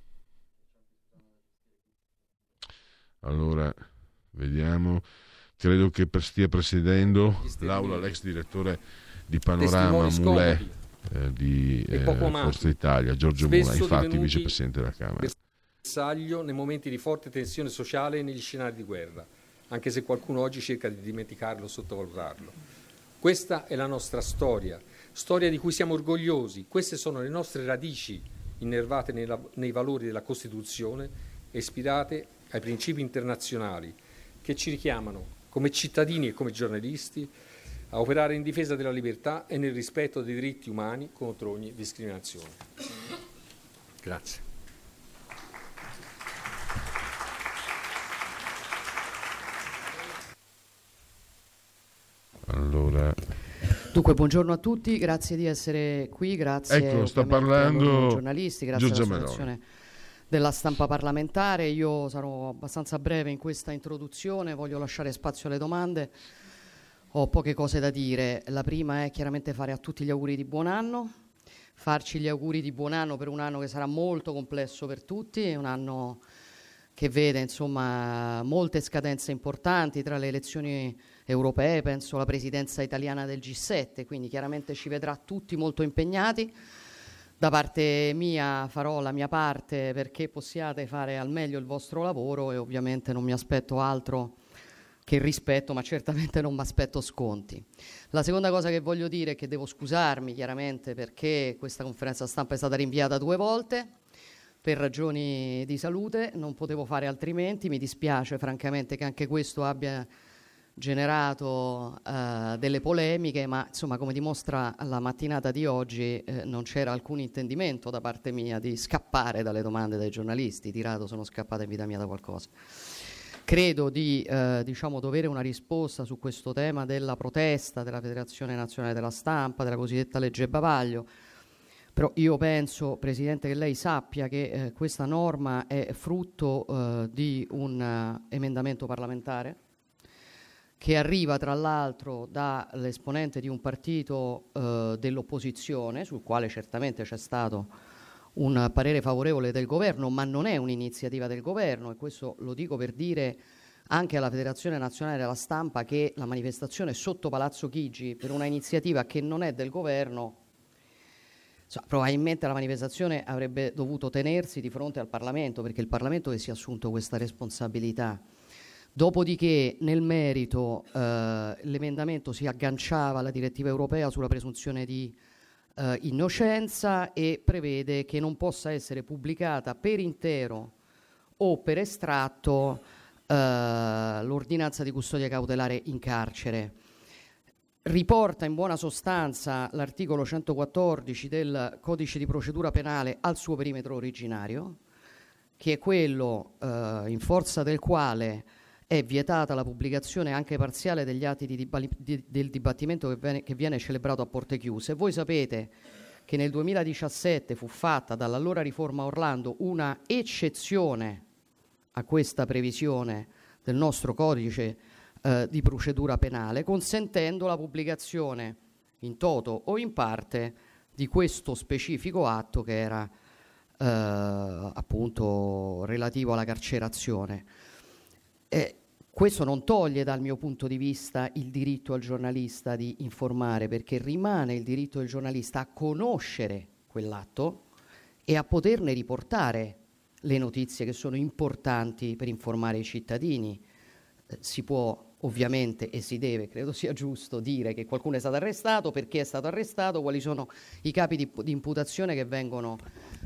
Allora, vediamo. Credo che stia presiedendo l'aula l'ex direttore di Panorama Mulè di Forza Italia, Giorgio Mulè, infatti vicepresidente della Camera. Bersaglio nei momenti di forte tensione sociale e negli scenari di guerra, anche se qualcuno oggi cerca di dimenticarlo o sottovalutarlo. Questa è la nostra storia di cui siamo orgogliosi. Queste sono le nostre radici, innervate nei valori della Costituzione e ispirate ai principi internazionali che ci richiamano come cittadini e come giornalisti a operare in difesa della libertà e nel rispetto dei diritti umani contro ogni discriminazione. Grazie. Allora, dunque, buongiorno a tutti, grazie di essere qui, grazie. Ecco, sta parlando ai giornalisti, grazie Giorgia all'associazione della stampa parlamentare. Io sarò abbastanza breve in questa introduzione, voglio lasciare spazio alle domande. Ho poche cose da dire. La prima è chiaramente fare a tutti gli auguri di buon anno, farci gli auguri di buon anno per un anno che sarà molto complesso per tutti, un anno che vede insomma molte scadenze importanti tra le elezioni europee, penso alla presidenza italiana del G7, quindi chiaramente ci vedrà tutti molto impegnati. Da parte mia farò la mia parte perché possiate fare al meglio il vostro lavoro e ovviamente non mi aspetto altro che rispetto, ma certamente non mi aspetto sconti. La seconda cosa che voglio dire è che devo scusarmi chiaramente perché questa conferenza stampa è stata rinviata 2 volte per ragioni di salute, non potevo fare altrimenti, mi dispiace francamente che anche questo abbia generato delle polemiche, ma insomma come dimostra la mattinata di oggi non c'era alcun intendimento da parte mia di scappare dalle domande dei giornalisti, di rado sono scappata in vita mia da qualcosa. Credo di dovere una risposta su questo tema della protesta della Federazione Nazionale della Stampa, della cosiddetta legge Bavaglio, però io penso, Presidente, che lei sappia che questa norma è frutto di un emendamento parlamentare che arriva tra l'altro dall'esponente di un partito dell'opposizione, sul quale certamente c'è stato un parere favorevole del governo, ma non è un'iniziativa del governo, e questo lo dico per dire anche alla Federazione Nazionale della Stampa che la manifestazione sotto Palazzo Chigi per una iniziativa che non è del governo, probabilmente la manifestazione avrebbe dovuto tenersi di fronte al Parlamento, perché è il Parlamento che si è assunto questa responsabilità. Dopodiché, nel merito, l'emendamento si agganciava alla direttiva europea sulla presunzione di innocenza e prevede che non possa essere pubblicata per intero o per estratto l'ordinanza di custodia cautelare in carcere. Riporta in buona sostanza l'articolo 114 del Codice di procedura penale al suo perimetro originario, che è quello in forza del quale è vietata la pubblicazione anche parziale degli atti del dibattimento che viene celebrato a porte chiuse. Voi sapete che nel 2017 fu fatta dall'allora riforma Orlando una eccezione a questa previsione del nostro codice di procedura penale, consentendo la pubblicazione in toto o in parte di questo specifico atto che era appunto relativo alla carcerazione. Questo non toglie dal mio punto di vista il diritto al giornalista di informare, perché rimane il diritto del giornalista a conoscere quell'atto e a poterne riportare le notizie che sono importanti per informare i cittadini. si può ovviamente e si deve, credo sia giusto, dire che qualcuno è stato arrestato, perché è stato arrestato, quali sono i capi di imputazione che vengono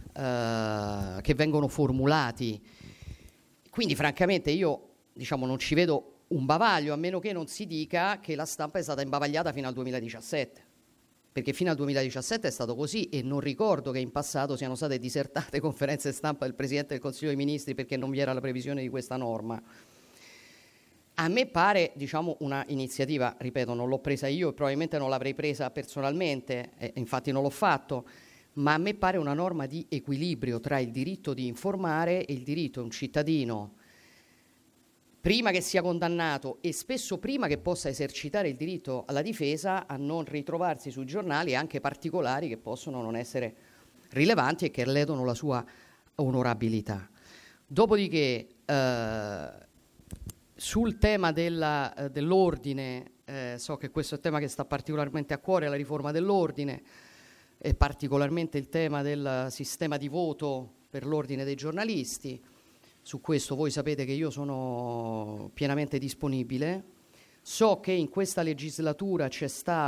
formulati. Quindi francamente io non ci vedo un bavaglio, a meno che non si dica che la stampa è stata imbavagliata fino al 2017, perché fino al 2017 è stato così, e non ricordo che in passato siano state disertate conferenze stampa del Presidente del Consiglio dei Ministri perché non vi era la previsione di questa norma. A me pare una iniziativa, ripeto, non l'ho presa io e probabilmente non l'avrei presa personalmente, infatti non l'ho fatto, ma a me pare una norma di equilibrio tra il diritto di informare e il diritto di un cittadino, prima che sia condannato e spesso prima che possa esercitare il diritto alla difesa, a non ritrovarsi sui giornali anche particolari che possono non essere rilevanti e che ledono la sua onorabilità. Dopodiché sul tema dell'ordine, so che questo è un tema che sta particolarmente a cuore, la riforma dell'ordine, e particolarmente il tema del sistema di voto per l'ordine dei giornalisti. Su questo voi sapete che io sono pienamente disponibile. So che in questa legislatura si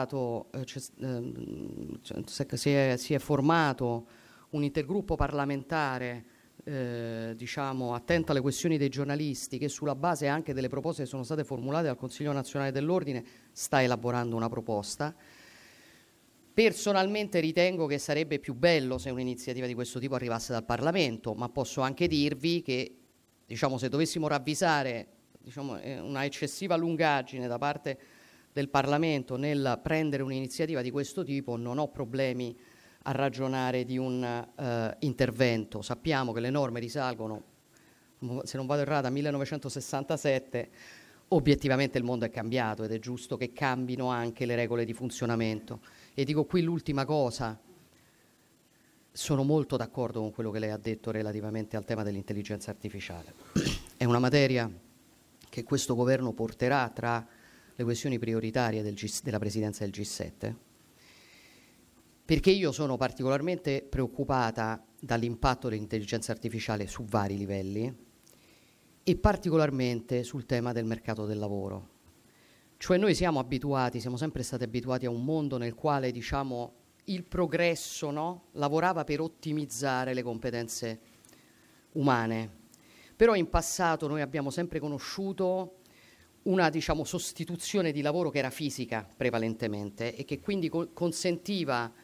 è formato un intergruppo parlamentare attento alle questioni dei giornalisti, che sulla base anche delle proposte che sono state formulate dal Consiglio Nazionale dell'Ordine sta elaborando una proposta. Personalmente ritengo che sarebbe più bello se un'iniziativa di questo tipo arrivasse dal Parlamento, ma posso anche dirvi che se dovessimo ravvisare una eccessiva lungaggine da parte del Parlamento nel prendere un'iniziativa di questo tipo, non ho problemi a ragionare di un intervento. Sappiamo che le norme risalgono, se non vado errata, a 1967. Obiettivamente il mondo è cambiato ed è giusto che cambino anche le regole di funzionamento. E dico qui l'ultima cosa: sono molto d'accordo con quello che lei ha detto relativamente al tema dell'intelligenza artificiale. È una materia che questo governo porterà tra le questioni prioritarie della presidenza del G7, perché io sono particolarmente preoccupata dall'impatto dell'intelligenza artificiale su vari livelli e particolarmente sul tema del mercato del lavoro. Cioè noi siamo sempre stati abituati a un mondo nel quale il progresso lavorava per ottimizzare le competenze umane, però in passato noi abbiamo sempre conosciuto una sostituzione di lavoro che era fisica prevalentemente e che quindi consentiva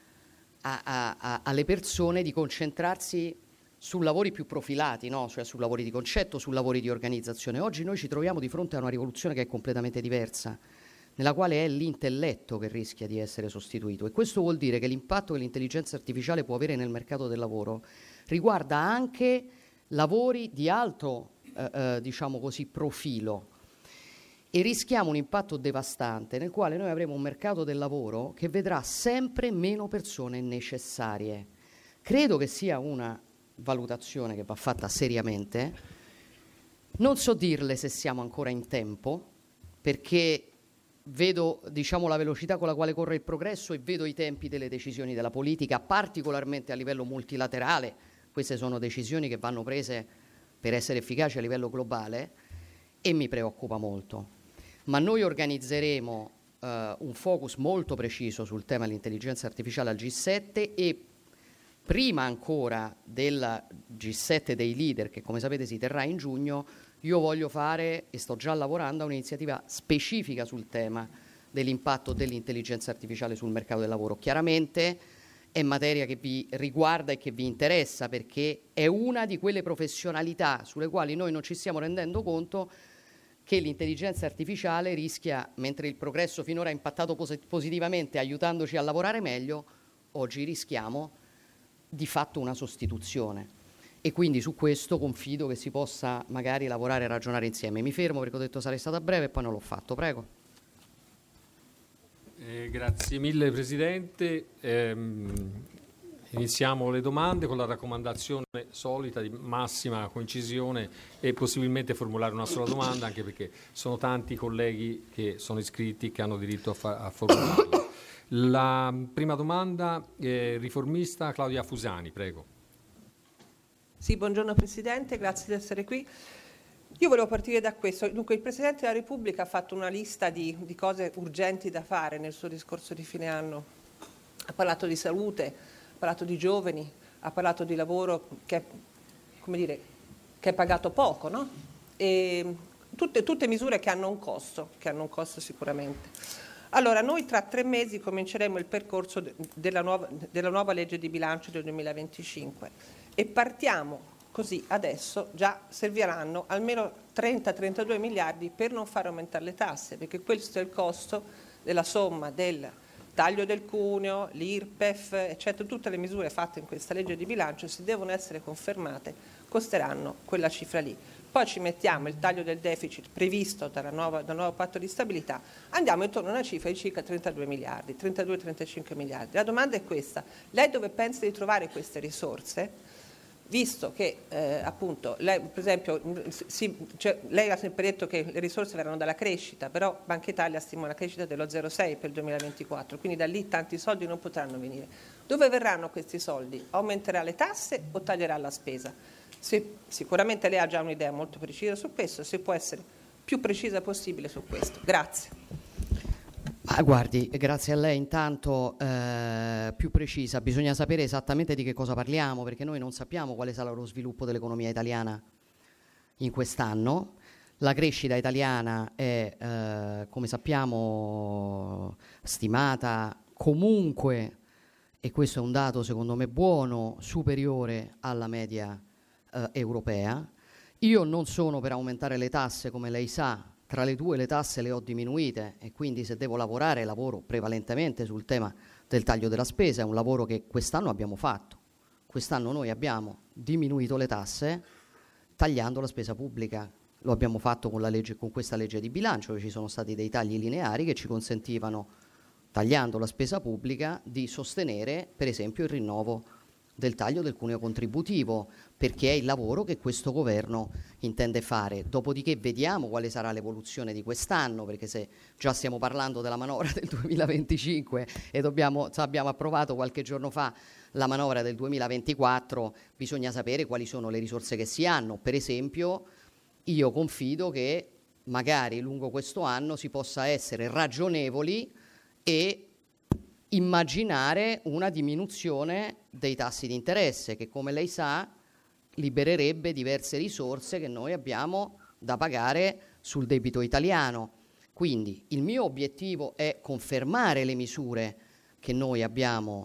alle persone di concentrarsi su lavori più profilati, cioè su lavori di concetto, su lavori di organizzazione. Oggi noi ci troviamo di fronte a una rivoluzione che è completamente diversa, nella quale è l'intelletto che rischia di essere sostituito, e questo vuol dire che l'impatto che l'intelligenza artificiale può avere nel mercato del lavoro riguarda anche lavori di alto profilo, e rischiamo un impatto devastante nel quale noi avremo un mercato del lavoro che vedrà sempre meno persone necessarie. Credo che sia una valutazione che va fatta seriamente. Non so dirle se siamo ancora in tempo, perché vedo la velocità con la quale corre il progresso e vedo i tempi delle decisioni della politica, particolarmente a livello multilaterale. Queste sono decisioni che vanno prese per essere efficaci a livello globale e mi preoccupa molto. Ma noi organizzeremo un focus molto preciso sul tema dell'intelligenza artificiale al G7, e prima ancora del G7 dei leader, che come sapete si terrà in giugno, io voglio fare, e sto già lavorando, a un'iniziativa specifica sul tema dell'impatto dell'intelligenza artificiale sul mercato del lavoro. Chiaramente è materia che vi riguarda e che vi interessa, perché è una di quelle professionalità sulle quali noi non ci stiamo rendendo conto che l'intelligenza artificiale rischia, mentre il progresso finora ha impattato positivamente aiutandoci a lavorare meglio, oggi rischiamo di fatto una sostituzione. E quindi su questo confido che si possa magari lavorare e ragionare insieme. Mi fermo perché ho detto sarei stata breve e poi non l'ho fatto. Prego. Grazie mille Presidente. Iniziamo le domande con la raccomandazione solita di massima concisione e possibilmente formulare una sola domanda, anche perché sono tanti i colleghi che sono iscritti e che hanno diritto a formularla. La prima domanda, riformista Claudia Fusani, prego. Sì, buongiorno Presidente, grazie di essere qui. Io volevo partire da questo. Dunque, il Presidente della Repubblica ha fatto una lista di cose urgenti da fare nel suo discorso di fine anno. Ha parlato di salute, ha parlato di giovani, ha parlato di lavoro che è pagato poco, no? E tutte misure che hanno un costo sicuramente. Allora, noi tra 3 mesi cominceremo il percorso della nuova legge di bilancio del 2025 e partiamo così adesso, già serviranno almeno 30-32 miliardi per non far aumentare le tasse, perché questo è il costo della somma del taglio del cuneo, l'IRPEF, eccetera. Tutte le misure fatte in questa legge di bilancio, se devono essere confermate, costeranno quella cifra lì. Poi ci mettiamo il taglio del deficit previsto dal nuovo patto di stabilità, andiamo intorno a una cifra di circa 32 miliardi, 32-35 miliardi. La domanda è questa: lei dove pensa di trovare queste risorse? Visto che appunto lei, per esempio, lei ha sempre detto che le risorse verranno dalla crescita, però Banca Italia stima una crescita dello 0,6 per il 2024, quindi da lì tanti soldi non potranno venire. Dove verranno questi soldi? Aumenterà le tasse o taglierà la spesa? Sicuramente lei ha già un'idea molto precisa su questo, se può essere più precisa possibile su questo. Grazie. Guardi, grazie a lei intanto, più precisa, bisogna sapere esattamente di che cosa parliamo, perché noi non sappiamo quale sarà lo sviluppo dell'economia italiana in quest'anno. La crescita italiana è, come sappiamo, stimata comunque, e questo è un dato secondo me buono, superiore alla media europea. Io non sono per aumentare le tasse, come lei sa. Tra le due le tasse le ho diminuite e quindi se devo lavorare lavoro prevalentemente sul tema del taglio della spesa. È un lavoro che quest'anno abbiamo fatto. Quest'anno noi abbiamo diminuito le tasse tagliando la spesa pubblica. Lo abbiamo fatto con questa legge di bilancio, dove ci sono stati dei tagli lineari che ci consentivano, tagliando la spesa pubblica, di sostenere per esempio il rinnovo del taglio del cuneo contributivo, perché è il lavoro che questo governo intende fare. Dopodiché vediamo quale sarà l'evoluzione di quest'anno, perché se già stiamo parlando della manovra del 2025 e abbiamo approvato qualche giorno fa la manovra del 2024, bisogna sapere quali sono le risorse che si hanno. Per esempio, io confido che magari lungo questo anno si possa essere ragionevoli e immaginare una diminuzione dei tassi di interesse, che come lei sa libererebbe diverse risorse che noi abbiamo da pagare sul debito italiano. Quindi il mio obiettivo è confermare le misure che noi abbiamo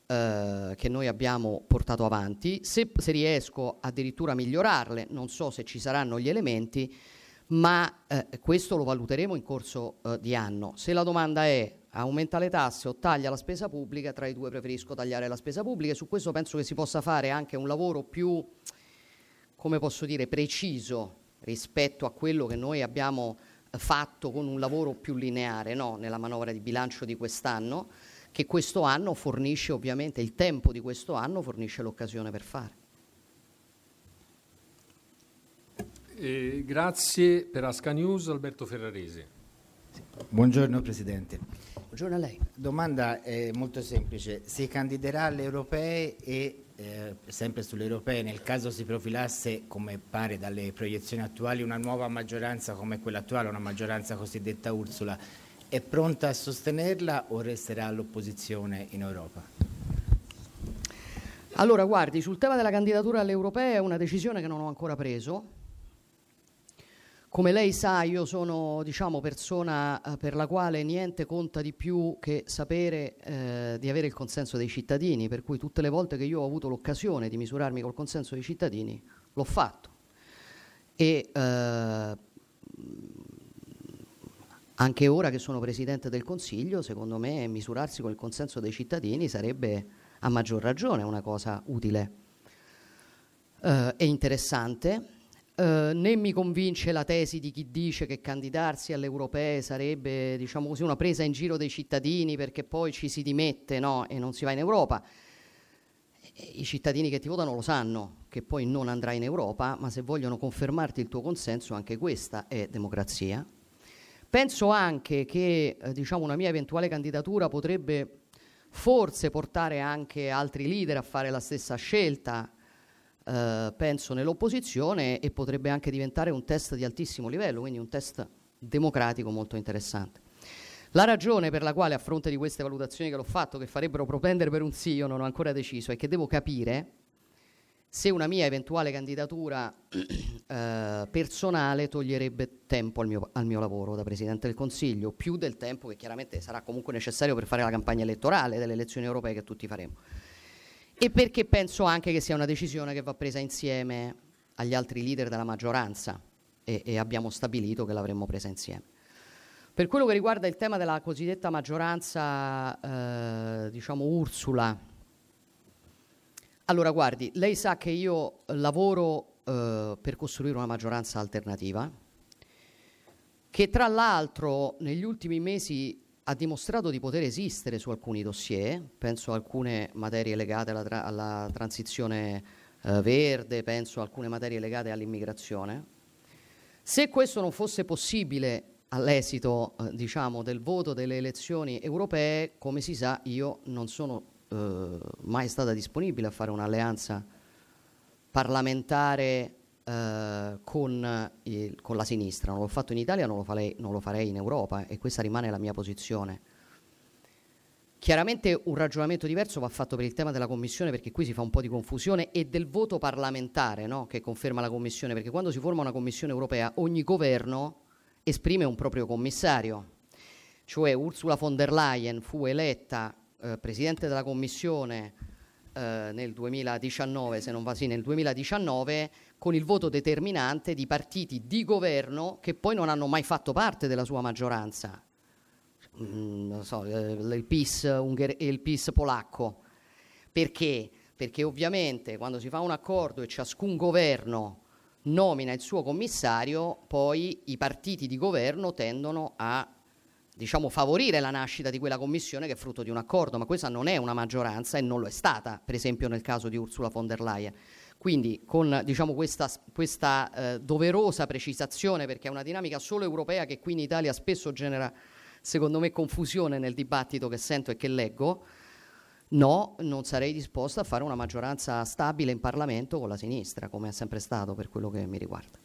portato avanti. Se riesco addirittura a migliorarle, non so se ci saranno gli elementi, ma questo lo valuteremo in corso di anno. Se la domanda è aumenta le tasse o taglia la spesa pubblica, tra i due preferisco tagliare la spesa pubblica, e su questo penso che si possa fare anche un lavoro più, come posso dire, preciso rispetto a quello che noi abbiamo fatto con un lavoro più lineare, no? Nella manovra di bilancio di quest'anno, che questo anno fornisce, ovviamente il tempo di questo anno fornisce l'occasione per fare. Grazie per Asca News, Alberto Ferraresi. Buongiorno Presidente. Buongiorno a lei. Domanda è molto semplice: si candiderà alle europee e sempre sulle europee, nel caso si profilasse, come pare dalle proiezioni attuali, una nuova maggioranza come quella attuale, una maggioranza cosiddetta Ursula, è pronta a sostenerla o resterà all'opposizione in Europa? Allora, guardi, sul tema della candidatura alle europee è una decisione che non ho ancora preso. Come lei sa, io sono, persona per la quale niente conta di più che sapere di avere il consenso dei cittadini, per cui tutte le volte che io ho avuto l'occasione di misurarmi col consenso dei cittadini, l'ho fatto. E anche ora che sono Presidente del Consiglio, secondo me misurarsi con il consenso dei cittadini sarebbe a maggior ragione una cosa utile e interessante. Né mi convince la tesi di chi dice che candidarsi alle europee sarebbe, una presa in giro dei cittadini perché poi ci si dimette, no, e non si va in Europa. I cittadini che ti votano lo sanno che poi non andrai in Europa, ma se vogliono confermarti il tuo consenso, anche questa è democrazia. Penso anche che una mia eventuale candidatura potrebbe forse portare anche altri leader a fare la stessa scelta. penso, nell'opposizione, e potrebbe anche diventare un test di altissimo livello, quindi un test democratico molto interessante. La ragione per la quale, a fronte di queste valutazioni che l'ho fatto, che farebbero propendere per un sì, io non ho ancora deciso, è che devo capire se una mia eventuale candidatura personale toglierebbe tempo al mio lavoro da Presidente del Consiglio, più del tempo che chiaramente sarà comunque necessario per fare la campagna elettorale delle elezioni europee che tutti faremo. E perché penso anche che sia una decisione che va presa insieme agli altri leader della maggioranza e abbiamo stabilito che l'avremmo presa insieme. Per quello che riguarda il tema della cosiddetta maggioranza, diciamo Ursula, allora guardi, lei sa che io lavoro per costruire una maggioranza alternativa, che tra l'altro negli ultimi mesi ha dimostrato di poter esistere su alcuni dossier, penso a alcune materie legate alla transizione verde, penso a alcune materie legate all'immigrazione. Se questo non fosse possibile all'esito diciamo, del voto delle elezioni europee, come si sa, io non sono mai stata disponibile a fare un'alleanza parlamentare con la sinistra. Non l'ho fatto in Italia, non lo farei in Europa, e questa rimane la mia posizione. Chiaramente un ragionamento diverso va fatto per il tema della Commissione, perché qui si fa un po' di confusione, e del voto parlamentare, no? Che conferma la Commissione, perché quando si forma una Commissione europea ogni governo esprime un proprio commissario, cioè Ursula von der Leyen fu eletta Presidente della Commissione nel 2019, se non va sì, nel 2019, con il voto determinante di partiti di governo che poi non hanno mai fatto parte della sua maggioranza. Non so, il PiS e il PiS polacco. Perché? Perché ovviamente quando si fa un accordo e ciascun governo nomina il suo commissario, poi i partiti di governo tendono a diciamo favorire la nascita di quella commissione che è frutto di un accordo, ma questa non è una maggioranza e non lo è stata, per esempio nel caso di Ursula von der Leyen. Quindi con diciamo, questa doverosa precisazione, perché è una dinamica solo europea che qui in Italia spesso genera, secondo me, confusione nel dibattito che sento e che leggo, no, non sarei disposta a fare una maggioranza stabile in Parlamento con la sinistra, come è sempre stato per quello che mi riguarda.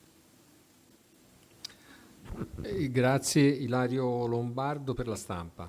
Grazie Ilario Lombardo per La Stampa.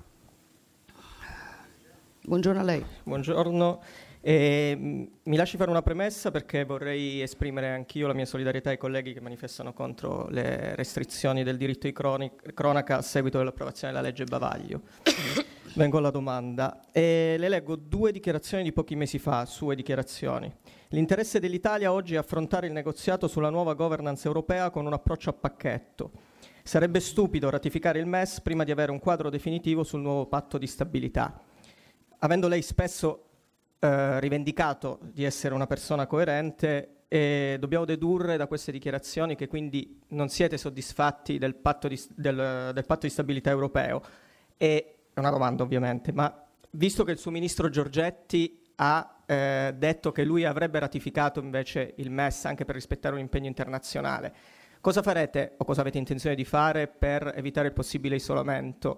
Buongiorno a lei. Buongiorno. Mi lasci fare una premessa, perché vorrei esprimere anch'io la mia solidarietà ai colleghi che manifestano contro le restrizioni del diritto di cronaca a seguito dell'approvazione della legge Bavaglio. Vengo alla domanda. Le leggo 2 dichiarazioni di pochi mesi fa, sue dichiarazioni. L'interesse dell'Italia oggi è affrontare il negoziato sulla nuova governance europea con un approccio a pacchetto. Sarebbe stupido ratificare il MES prima di avere un quadro definitivo sul nuovo patto di stabilità. Avendo lei spesso rivendicato di essere una persona coerente, dobbiamo dedurre da queste dichiarazioni che quindi non siete soddisfatti del patto di stabilità europeo. E è una domanda ovviamente, ma visto che il suo ministro Giorgetti ha detto che lui avrebbe ratificato invece il MES anche per rispettare un impegno internazionale, cosa farete o cosa avete intenzione di fare per evitare il possibile isolamento?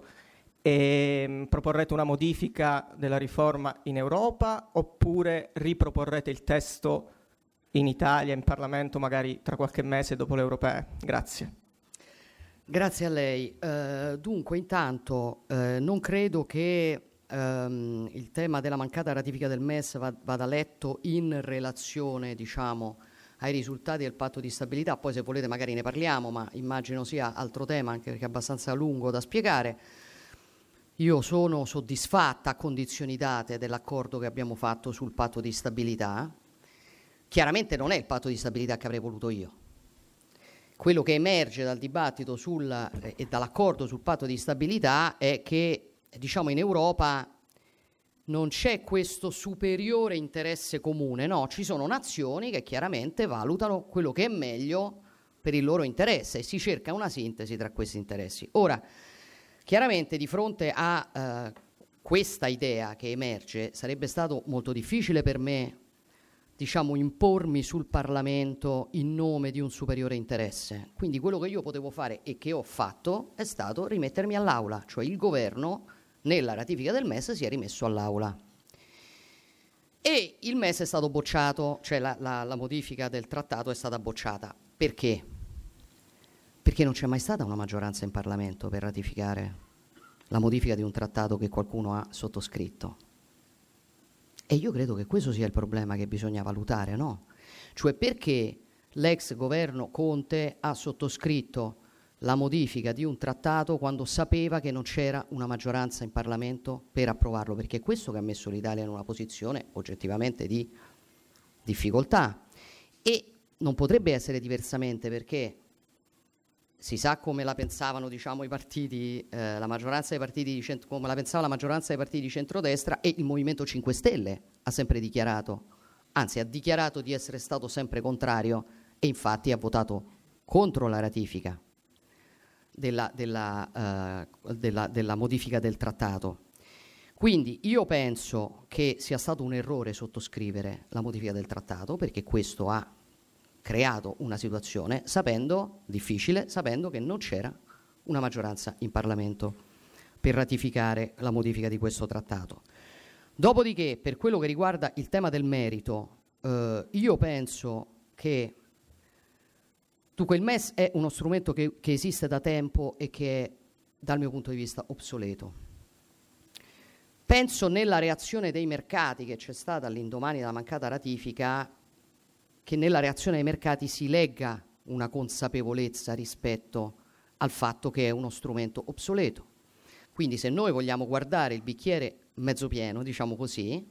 E proporrete una modifica della riforma in Europa oppure riproporrete il testo in Italia, in Parlamento, magari tra qualche mese dopo le europee? Grazie. Grazie a lei. Dunque, intanto non credo che il tema della mancata ratifica del MES vada letto in relazione, diciamo, ai risultati del patto di stabilità. Poi se volete magari ne parliamo, ma immagino sia altro tema, anche perché è abbastanza lungo da spiegare. Io sono soddisfatta a condizioni date dell'accordo che abbiamo fatto sul patto di stabilità. Chiaramente non è il patto di stabilità che avrei voluto io. Quello che emerge dal dibattito e dall'accordo sul patto di stabilità è che, diciamo, in Europa non c'è questo superiore interesse comune, no, ci sono nazioni che chiaramente valutano quello che è meglio per il loro interesse e si cerca una sintesi tra questi interessi. Ora, chiaramente di fronte a questa idea che emerge sarebbe stato molto difficile per me, diciamo, impormi sul Parlamento in nome di un superiore interesse. Quindi quello che io potevo fare e che ho fatto è stato rimettermi all'aula, cioè il governo nella ratifica del MES si è rimesso all'aula. E il MES è stato bocciato, cioè la modifica del trattato è stata bocciata. Perché? Perché non c'è mai stata una maggioranza in Parlamento per ratificare la modifica di un trattato che qualcuno ha sottoscritto. E io credo che questo sia il problema che bisogna valutare, no? Cioè perché l'ex governo Conte ha sottoscritto la modifica di un trattato quando sapeva che non c'era una maggioranza in Parlamento per approvarlo, perché è questo che ha messo l'Italia in una posizione oggettivamente di difficoltà. E non potrebbe essere diversamente, perché si sa come la pensavano, diciamo, i partiti, la maggioranza dei partiti come la pensava la maggioranza dei partiti di centrodestra, e il Movimento 5 Stelle ha sempre dichiarato, anzi ha dichiarato di essere stato sempre contrario, e infatti ha votato contro la ratifica della modifica del trattato. Quindi io penso che sia stato un errore sottoscrivere la modifica del trattato, perché questo ha creato una situazione difficile, sapendo che non c'era una maggioranza in Parlamento per ratificare la modifica di questo trattato. Dopodiché, per quello che riguarda il tema del merito, io penso che il MES è uno strumento che esiste da tempo e che è, dal mio punto di vista, obsoleto. Penso nella reazione dei mercati che c'è stata all'indomani della mancata ratifica, che nella reazione dei mercati si legga una consapevolezza rispetto al fatto che è uno strumento obsoleto. Quindi se noi vogliamo guardare il bicchiere mezzo pieno, diciamo così,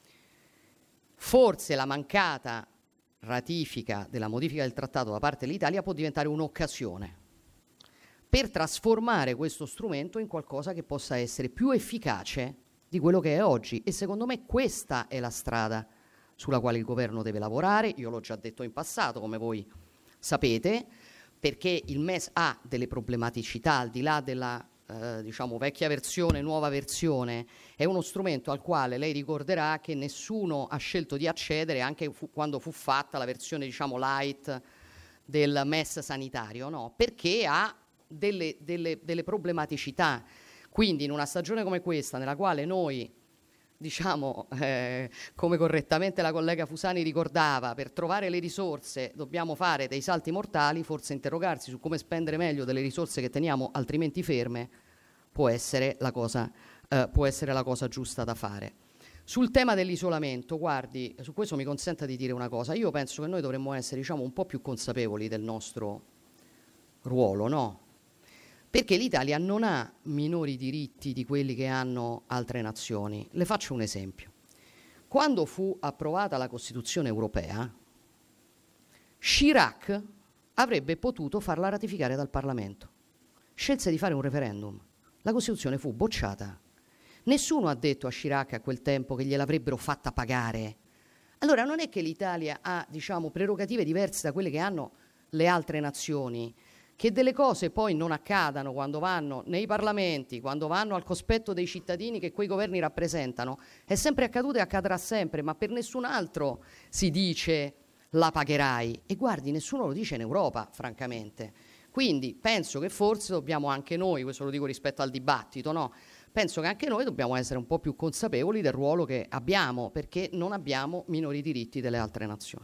forse la mancata ratifica della modifica del trattato da parte dell'Italia può diventare un'occasione per trasformare questo strumento in qualcosa che possa essere più efficace di quello che è oggi, e secondo me questa è la strada sulla quale il governo deve lavorare. Io l'ho già detto in passato, come voi sapete, perché il MES ha delle problematicità, al di là della diciamo vecchia versione, nuova versione. È uno strumento al quale lei ricorderà che nessuno ha scelto di accedere, anche quando fu fatta la versione, diciamo, light del MES sanitario, no? Perché ha delle problematicità. Quindi in una stagione come questa, nella quale noi, diciamo, come correttamente la collega Fusani ricordava, per trovare le risorse dobbiamo fare dei salti mortali, forse interrogarsi su come spendere meglio delle risorse che teniamo altrimenti ferme può essere la cosa giusta da fare. Sul tema dell'isolamento, guardi, su questo mi consenta di dire una cosa. Io penso che noi dovremmo essere, diciamo, un po' più consapevoli del nostro ruolo, no? Perché l'Italia non ha minori diritti di quelli che hanno altre nazioni. Le faccio un esempio. Quando fu approvata la Costituzione europea, Chirac avrebbe potuto farla ratificare dal Parlamento. Scelse di fare un referendum. La Costituzione fu bocciata. Nessuno ha detto a Chirac a quel tempo che gliel'avrebbero fatta pagare. Allora non è che l'Italia ha, diciamo, prerogative diverse da quelle che hanno le altre nazioni. Che delle cose poi non accadano quando vanno nei parlamenti, quando vanno al cospetto dei cittadini che quei governi rappresentano, è sempre accaduto e accadrà sempre, ma per nessun altro si dice la pagherai. E guardi, nessuno lo dice in Europa, francamente. Quindi penso che forse dobbiamo anche noi, questo lo dico rispetto al dibattito, no? Penso che anche noi dobbiamo essere un po' più consapevoli del ruolo che abbiamo, perché non abbiamo minori diritti delle altre nazioni.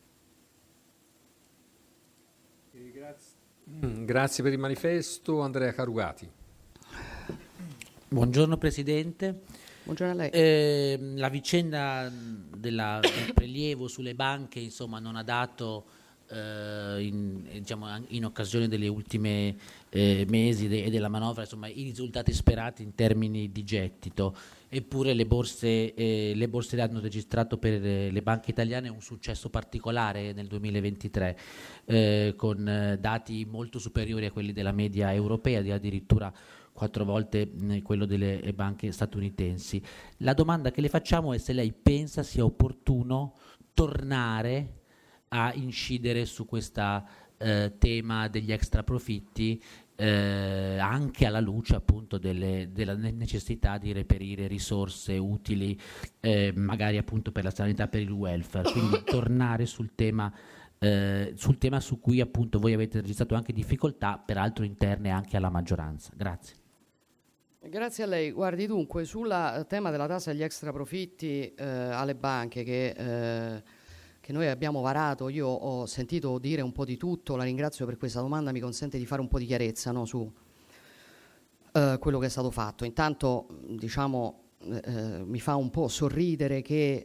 Grazie per il manifesto. Andrea Carugati. Buongiorno Presidente. Buongiorno a lei. La vicenda del prelievo sulle banche, insomma, non ha dato in occasione delle ultime mesi e della manovra, insomma, i risultati sperati in termini di gettito. Eppure le borse hanno registrato per le banche italiane un successo particolare nel 2023, con dati molto superiori a quelli della media europea, di addirittura 4 volte quello delle banche statunitensi. La domanda che le facciamo è se lei pensa sia opportuno tornare a incidere su questo tema degli extra profitti, anche alla luce appunto della necessità di reperire risorse utili, magari appunto per la sanità, per il welfare, quindi tornare sul tema su cui appunto voi avete registrato anche difficoltà, peraltro interne anche alla maggioranza. Grazie. Grazie a lei. Guardi, dunque, sul tema della tassa agli extraprofitti alle banche che noi abbiamo varato, io ho sentito dire un po' di tutto, la ringrazio per questa domanda, mi consente di fare un po' di chiarezza, no, su quello che è stato fatto. Intanto, diciamo, mi fa un po' sorridere che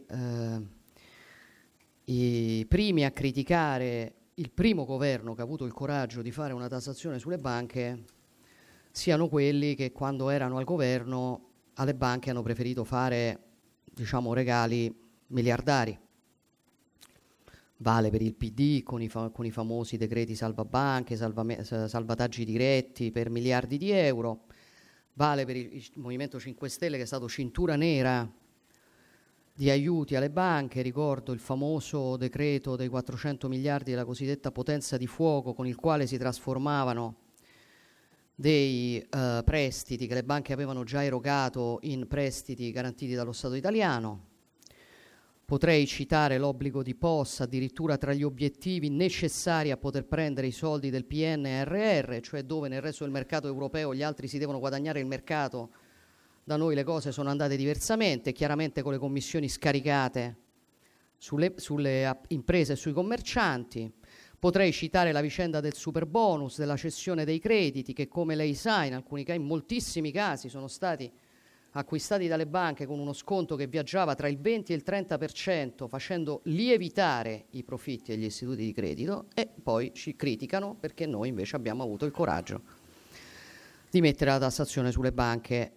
i primi a criticare il primo governo che ha avuto il coraggio di fare una tassazione sulle banche siano quelli che quando erano al governo alle banche hanno preferito fare, diciamo, regali miliardari. Vale per il PD con i famosi decreti salvabanche, salvataggi diretti per miliardi di euro, vale per il Movimento 5 Stelle che è stato cintura nera di aiuti alle banche. Ricordo il famoso decreto dei 400 miliardi della cosiddetta potenza di fuoco, con il quale si trasformavano dei prestiti che le banche avevano già erogato in prestiti garantiti dallo Stato italiano. Potrei citare l'obbligo di POS addirittura tra gli obiettivi necessari a poter prendere i soldi del PNRR, cioè dove nel resto del mercato europeo gli altri si devono guadagnare il mercato, da noi le cose sono andate diversamente, chiaramente con le commissioni scaricate sulle imprese e sui commercianti. Potrei citare la vicenda del superbonus, della cessione dei crediti, che come lei sa in moltissimi casi sono stati acquistati dalle banche con uno sconto che viaggiava tra il 20 e il 30%, facendo lievitare i profitti degli istituti di credito, e poi ci criticano perché noi invece abbiamo avuto il coraggio di mettere la tassazione sulle banche.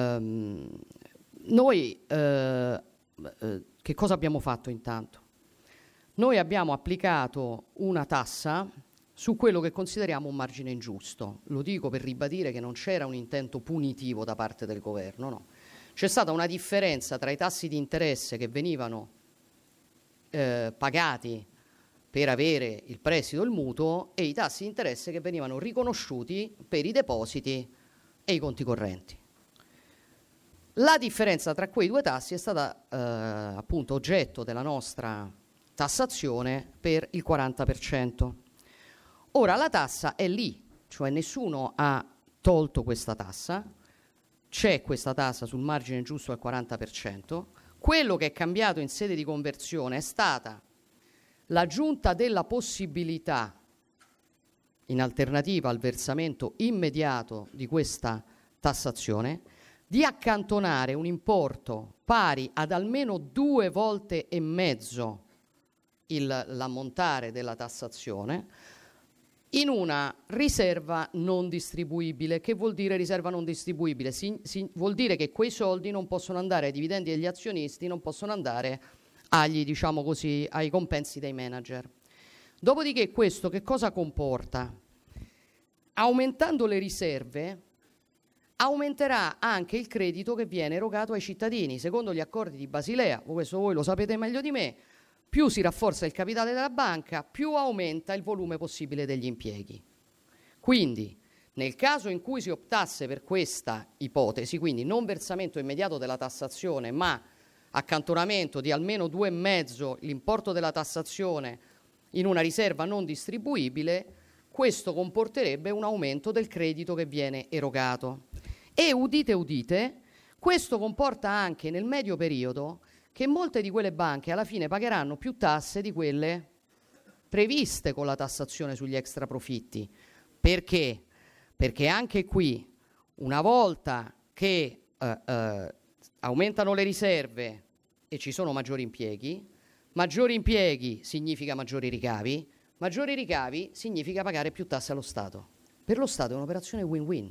Noi che cosa abbiamo fatto intanto? Noi abbiamo applicato una tassa su quello che consideriamo un margine ingiusto. Lo dico per ribadire che non c'era un intento punitivo da parte del governo, no. C'è stata una differenza tra i tassi di interesse che venivano pagati per avere il prestito o il mutuo e i tassi di interesse che venivano riconosciuti per i depositi e i conti correnti. La differenza tra quei due tassi è stata appunto oggetto della nostra tassazione per il 40%. Ora la tassa è lì, cioè nessuno ha tolto questa tassa, c'è questa tassa sul margine giusto al 40%. Quello che è cambiato in sede di conversione è stata l'aggiunta della possibilità, in alternativa al versamento immediato di questa tassazione, di accantonare un importo pari ad almeno 2,5 volte l'ammontare della tassazione in una riserva non distribuibile. Che vuol dire riserva non distribuibile? Vuol dire che quei soldi non possono andare ai dividendi degli azionisti, non possono andare agli, diciamo così, ai compensi dei manager. Dopodiché questo che cosa comporta? Aumentando le riserve aumenterà anche il credito che viene erogato ai cittadini. Secondo gli accordi di Basilea, questo voi lo sapete meglio di me, più si rafforza il capitale della banca, più aumenta il volume possibile degli impieghi. Quindi, nel caso in cui si optasse per questa ipotesi, quindi non versamento immediato della tassazione, ma accantonamento di almeno 2,5 l'importo della tassazione in una riserva non distribuibile, questo comporterebbe un aumento del credito che viene erogato. E udite udite, questo comporta anche nel medio periodo che molte di quelle banche alla fine pagheranno più tasse di quelle previste con la tassazione sugli extraprofitti. Perché? Perché anche qui, una volta che aumentano le riserve e ci sono maggiori impieghi significa maggiori ricavi significa pagare più tasse allo Stato. Per lo Stato è un'operazione win-win.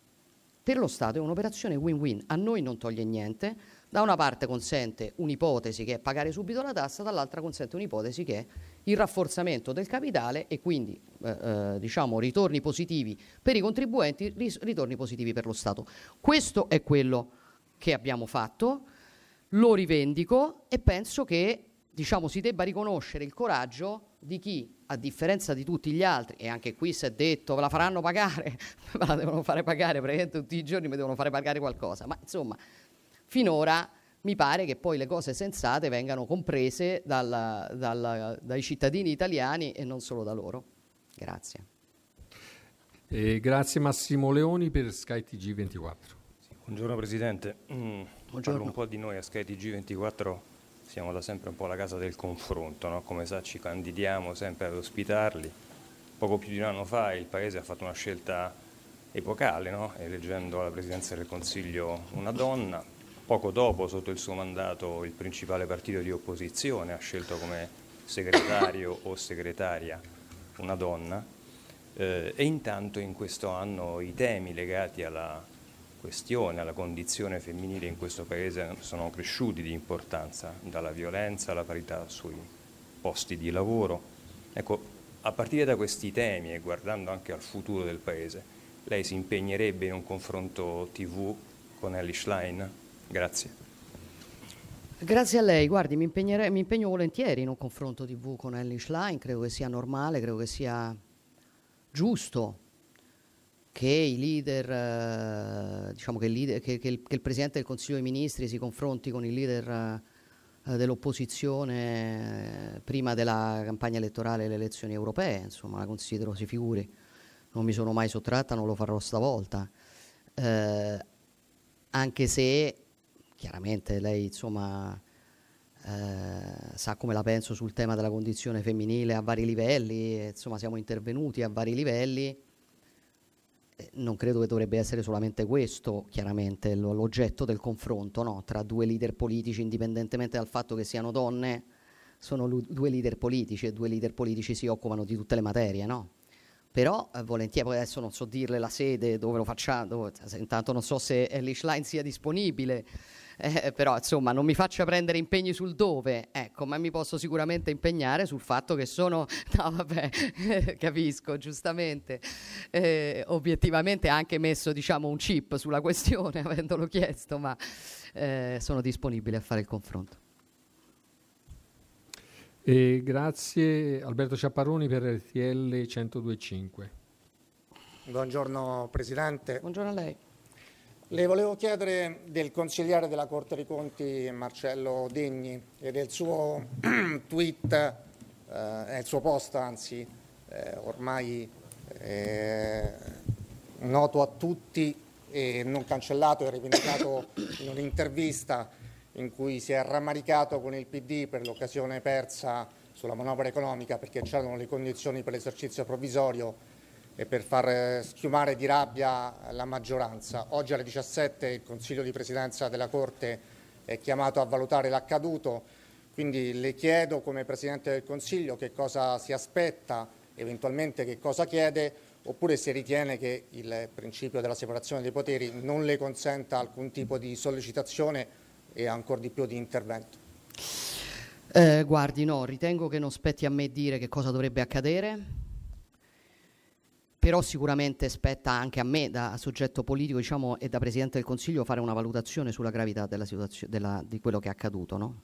A noi non toglie niente. Da una parte consente un'ipotesi che è pagare subito la tassa, dall'altra consente un'ipotesi che è il rafforzamento del capitale e quindi diciamo ritorni positivi per i contribuenti, ritorni positivi per lo Stato. Questo è quello che abbiamo fatto, lo rivendico e penso che diciamo si debba riconoscere il coraggio di chi, a differenza di tutti gli altri, e anche qui si è detto ve la faranno pagare, me la devono fare pagare, praticamente tutti i giorni mi devono fare pagare qualcosa, ma insomma finora mi pare che poi le cose sensate vengano comprese dai cittadini italiani e non solo da loro. Grazie. Grazie Massimo Leoni per Sky TG24. Buongiorno Presidente. Buongiorno. Parlo un po' di noi a Sky TG24, siamo da sempre un po' la casa del confronto, no? Come sa ci candidiamo sempre ad ospitarli. Poco più di un anno fa il Paese ha fatto una scelta epocale, no? Eleggendo alla Presidenza del Consiglio una donna. Poco dopo, sotto il suo mandato, il principale partito di opposizione ha scelto come segretario o segretaria una donna. E intanto in questo anno i temi legati alla questione, alla condizione femminile in questo Paese sono cresciuti di importanza, dalla violenza alla parità sui posti di lavoro. Ecco, a partire da questi temi e guardando anche al futuro del Paese, lei si impegnerebbe in un confronto TV con Elly Schlein? Grazie. Grazie a lei, guardi, mi impegno volentieri in un confronto TV con Elly Schlein, credo che sia normale, credo che sia giusto che i leader, diciamo che il Presidente del Consiglio dei Ministri si confronti con i leader dell'opposizione prima della campagna elettorale e le elezioni europee, insomma, la considero, si figuri, non mi sono mai sottratta, non lo farò stavolta, anche se chiaramente lei, insomma, sa come la penso sul tema della condizione femminile a vari livelli, insomma siamo intervenuti a vari livelli. Non credo che dovrebbe essere solamente questo, chiaramente, l'oggetto del confronto, no? Tra due leader politici, indipendentemente dal fatto che siano donne, sono due leader politici e due leader politici si occupano di tutte le materie, no? Però volentieri, poi adesso non so dirle la sede dove lo facciamo, intanto non so se Elly Schlein sia disponibile, però insomma non mi faccia prendere impegni sul dove, ecco, ma mi posso sicuramente impegnare sul fatto che sono, no vabbè, capisco, giustamente, obiettivamente ha anche messo, diciamo, un chip sulla questione avendolo chiesto, ma sono disponibile a fare il confronto. Grazie Alberto Ciapparoni per RTL 102.5. Buongiorno Presidente. Buongiorno a lei. Le volevo chiedere del consigliere della Corte dei Conti Marcello Degni e del suo tweet, il suo post anzi, ormai noto a tutti e non cancellato e rivendicato in un'intervista in cui si è rammaricato con il PD per l'occasione persa sulla manovra economica perché c'erano le condizioni per l'esercizio provvisorio e per far schiumare di rabbia la maggioranza. Oggi alle 17 il Consiglio di Presidenza della Corte è chiamato a valutare l'accaduto, quindi le chiedo come Presidente del Consiglio che cosa si aspetta, eventualmente che cosa chiede, oppure se ritiene che il principio della separazione dei poteri non le consenta alcun tipo di sollecitazione e ancora di più di intervento. Guardi, no, ritengo che non spetti a me dire che cosa dovrebbe accadere, però sicuramente spetta anche a me da soggetto politico, diciamo, e da Presidente del Consiglio fare una valutazione sulla gravità della situazione, di quello che è accaduto, no?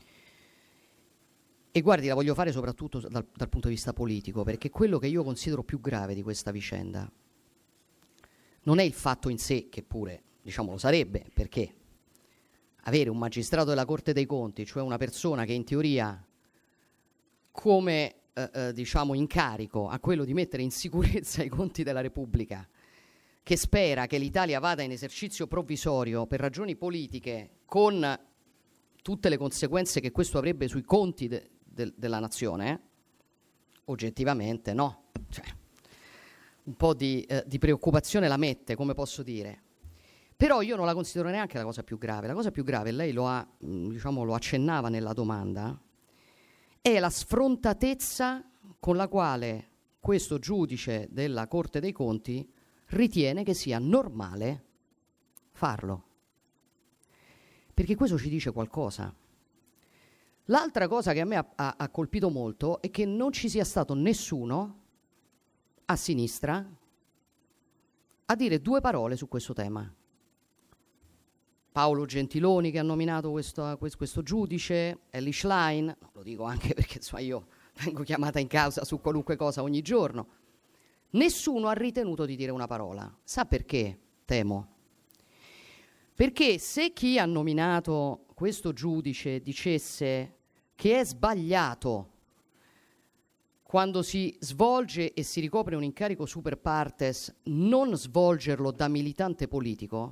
E guardi, la voglio fare soprattutto dal punto di vista politico, perché quello che io considero più grave di questa vicenda non è il fatto in sé, che pure, diciamo, lo sarebbe, perché avere un magistrato della Corte dei Conti, cioè una persona che in teoria come diciamo incarico ha quello di mettere in sicurezza i conti della Repubblica, che spera che l'Italia vada in esercizio provvisorio per ragioni politiche con tutte le conseguenze che questo avrebbe sui conti della nazione, oggettivamente no, cioè, un po' di preoccupazione la mette, come posso dire. Però io non la considero neanche la cosa più grave. La cosa più grave, lei lo accennava nella domanda, è la sfrontatezza con la quale questo giudice della Corte dei Conti ritiene che sia normale farlo. Perché questo ci dice qualcosa. L'altra cosa che a me ha colpito molto è che non ci sia stato nessuno a sinistra a dire due parole su questo tema. Paolo Gentiloni che ha nominato questo giudice, Elly Schlein, lo dico anche perché insomma, io vengo chiamata in causa su qualunque cosa ogni giorno. Nessuno ha ritenuto di dire una parola. Sa perché? Temo. Perché se chi ha nominato questo giudice dicesse che è sbagliato quando si svolge e si ricopre un incarico super partes non svolgerlo da militante politico,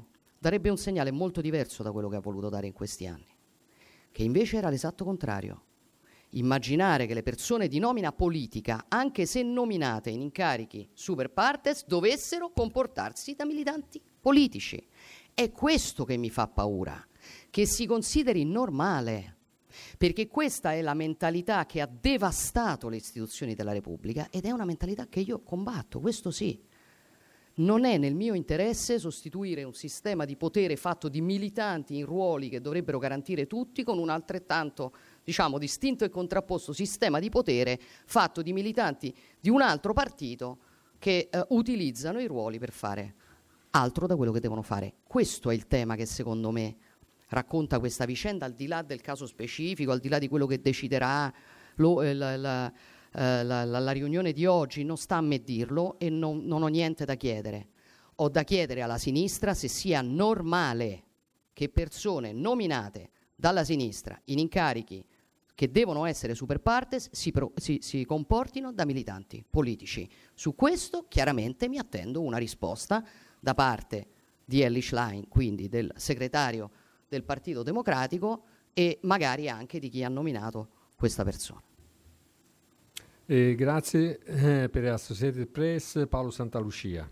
darebbe un segnale molto diverso da quello che ha voluto dare in questi anni, che invece era l'esatto contrario. Immaginare che le persone di nomina politica, anche se nominate in incarichi super partes, dovessero comportarsi da militanti politici. È questo che mi fa paura, che si consideri normale, perché questa è la mentalità che ha devastato le istituzioni della Repubblica ed è una mentalità che io combatto, questo sì. Non è nel mio interesse sostituire un sistema di potere fatto di militanti in ruoli che dovrebbero garantire tutti con un altrettanto, diciamo, distinto e contrapposto sistema di potere fatto di militanti di un altro partito che utilizzano i ruoli per fare altro da quello che devono fare. Questo è il tema che secondo me racconta questa vicenda, al di là del caso specifico, al di là di quello che deciderà la riunione di oggi. Non sta a me dirlo e non ho niente da chiedere. Ho da chiedere alla sinistra se sia normale che persone nominate dalla sinistra in incarichi che devono essere super partes si comportino da militanti politici. Su questo chiaramente mi attendo una risposta da parte di Elly Schlein, quindi del segretario del Partito Democratico, e magari anche di chi ha nominato questa persona. Grazie per Associated Press, Paolo Santalucia.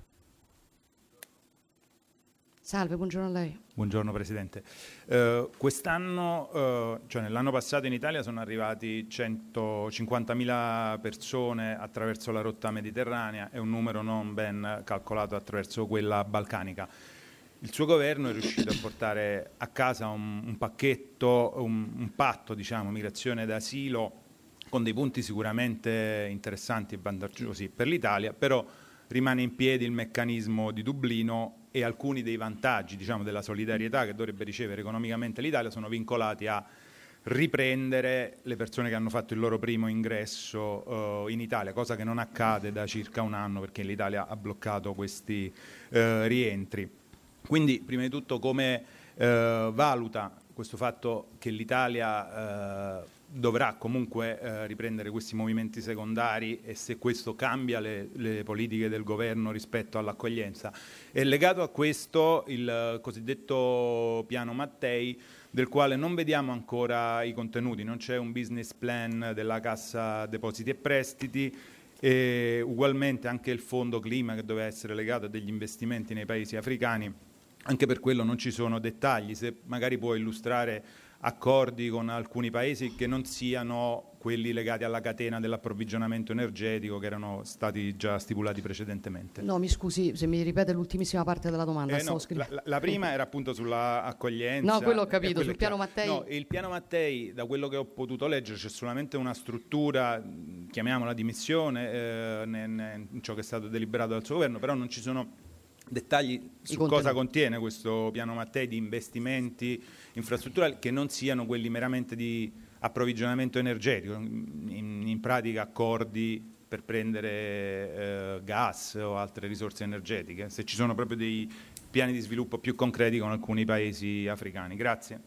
Salve, buongiorno a lei. Buongiorno Presidente. Quest'anno, cioè nell'anno passato in Italia sono arrivati 150.000 persone attraverso la rotta mediterranea, è un numero non ben calcolato attraverso quella balcanica. Il suo governo è riuscito a portare a casa un pacchetto, un patto, diciamo, migrazione ed asilo, con dei punti sicuramente interessanti e vantaggiosi per l'Italia, però rimane in piedi il meccanismo di Dublino e alcuni dei vantaggi, diciamo, della solidarietà che dovrebbe ricevere economicamente l'Italia sono vincolati a riprendere le persone che hanno fatto il loro primo ingresso in Italia, cosa che non accade da circa un anno perché l'Italia ha bloccato questi rientri. Quindi, prima di tutto, come valuta questo fatto che l'Italia dovrà comunque riprendere questi movimenti secondari e se questo cambia le politiche del governo rispetto all'accoglienza? È legato a questo il cosiddetto piano Mattei, del quale non vediamo ancora i contenuti, non c'è un business plan della Cassa Depositi e Prestiti, e ugualmente anche il fondo clima che doveva essere legato a degli investimenti nei paesi africani, anche per quello non ci sono dettagli. Se magari può illustrare accordi con alcuni paesi che non siano quelli legati alla catena dell'approvvigionamento energetico che erano stati già stipulati precedentemente. No, mi scusi, se mi ripete l'ultimissima parte della domanda. La prima era appunto sulla accoglienza. No, quello ho capito, sul piano Mattei. No, il piano Mattei, da quello che ho potuto leggere, c'è solamente una struttura, chiamiamola di missione, in ciò che è stato deliberato dal suo governo, però non ci sono dettagli su cosa contiene questo piano Mattei di investimenti infrastrutturali che non siano quelli meramente di approvvigionamento energetico, in pratica accordi per prendere gas o altre risorse energetiche, se ci sono proprio dei piani di sviluppo più concreti con alcuni paesi africani. Grazie.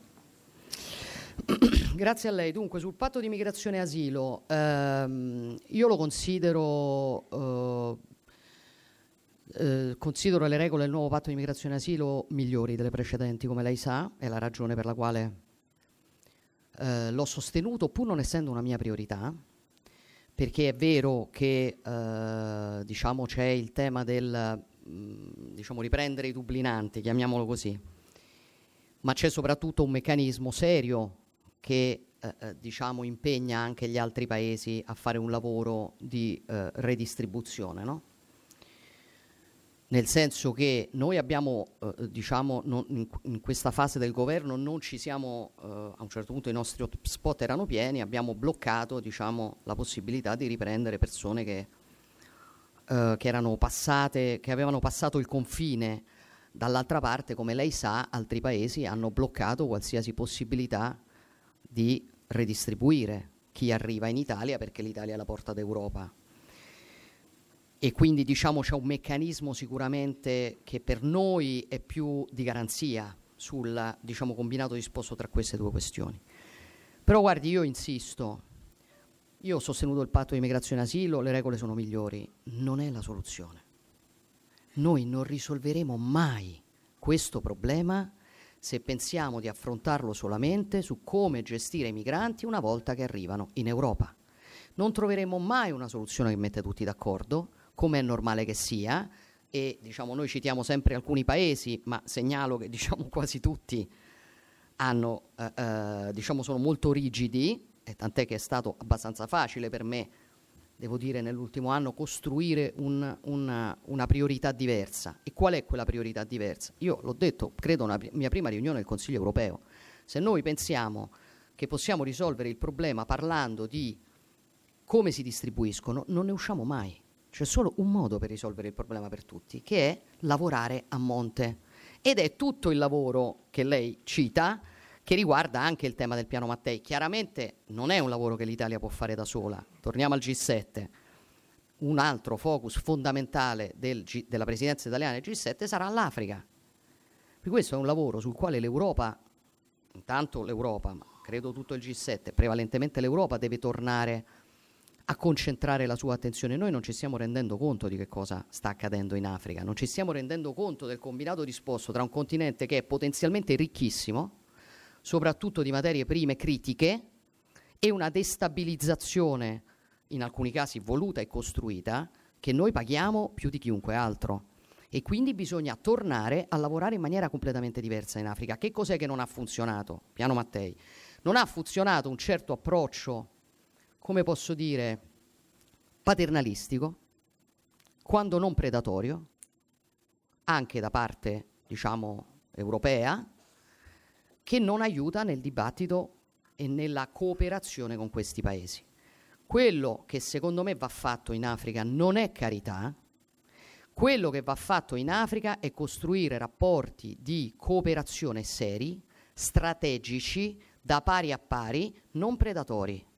Grazie a lei. Dunque, sul patto di migrazione e asilo, io lo considero le regole del nuovo patto di migrazione e asilo migliori delle precedenti, come lei sa, è la ragione per la quale l'ho sostenuto, pur non essendo una mia priorità, perché è vero che diciamo c'è il tema del diciamo riprendere i dublinanti, chiamiamolo così, ma c'è soprattutto un meccanismo serio che diciamo impegna anche gli altri paesi a fare un lavoro di redistribuzione, no? Nel senso che noi abbiamo, diciamo, in questa fase del governo non ci siamo, a un certo punto i nostri hotspot erano pieni, abbiamo bloccato, diciamo, la possibilità di riprendere persone che erano passate, che avevano passato il confine. Dall'altra parte, come lei sa, altri paesi hanno bloccato qualsiasi possibilità di redistribuire chi arriva in Italia, perché l'Italia è la porta d'Europa. E quindi, diciamo, c'è un meccanismo sicuramente che per noi è più di garanzia sul, diciamo, combinato disposto tra queste due questioni. Però guardi, io insisto, io ho sostenuto il patto di migrazione e asilo, le regole sono migliori, non è la soluzione. Noi non risolveremo mai questo problema se pensiamo di affrontarlo solamente su come gestire i migranti una volta che arrivano in Europa. Non troveremo mai una soluzione che mette tutti d'accordo, come è normale che sia, e diciamo noi citiamo sempre alcuni paesi, ma segnalo che diciamo quasi tutti hanno, diciamo sono molto rigidi, e tant'è che è stato abbastanza facile per me, devo dire, nell'ultimo anno costruire una priorità diversa. E qual è quella priorità diversa? Io l'ho detto, credo, una mia prima riunione del Consiglio europeo. Se noi pensiamo che possiamo risolvere il problema parlando di come si distribuiscono, non ne usciamo mai. C'è solo un modo per risolvere il problema per tutti, che è lavorare a monte. Ed è tutto il lavoro che lei cita, che riguarda anche il tema del piano Mattei. Chiaramente non è un lavoro che l'Italia può fare da sola. Torniamo al G7. Un altro focus fondamentale della presidenza italiana del G7 sarà l'Africa. Per questo è un lavoro sul quale l'Europa, intanto l'Europa, ma credo tutto il G7, prevalentemente l'Europa, deve tornare a concentrare la sua attenzione. Noi non ci stiamo rendendo conto di che cosa sta accadendo in Africa, non ci stiamo rendendo conto del combinato disposto tra un continente che è potenzialmente ricchissimo, soprattutto di materie prime critiche, e una destabilizzazione, in alcuni casi voluta e costruita, che noi paghiamo più di chiunque altro. E quindi bisogna tornare a lavorare in maniera completamente diversa in Africa. Che cos'è che non ha funzionato? Piano Mattei. Non ha funzionato un certo approccio, come posso dire, paternalistico, quando non predatorio, anche da parte, diciamo, europea, che non aiuta nel dibattito e nella cooperazione con questi paesi. Quello che secondo me va fatto in Africa non è carità, quello che va fatto in Africa è costruire rapporti di cooperazione seri, strategici, da pari a pari, non predatori.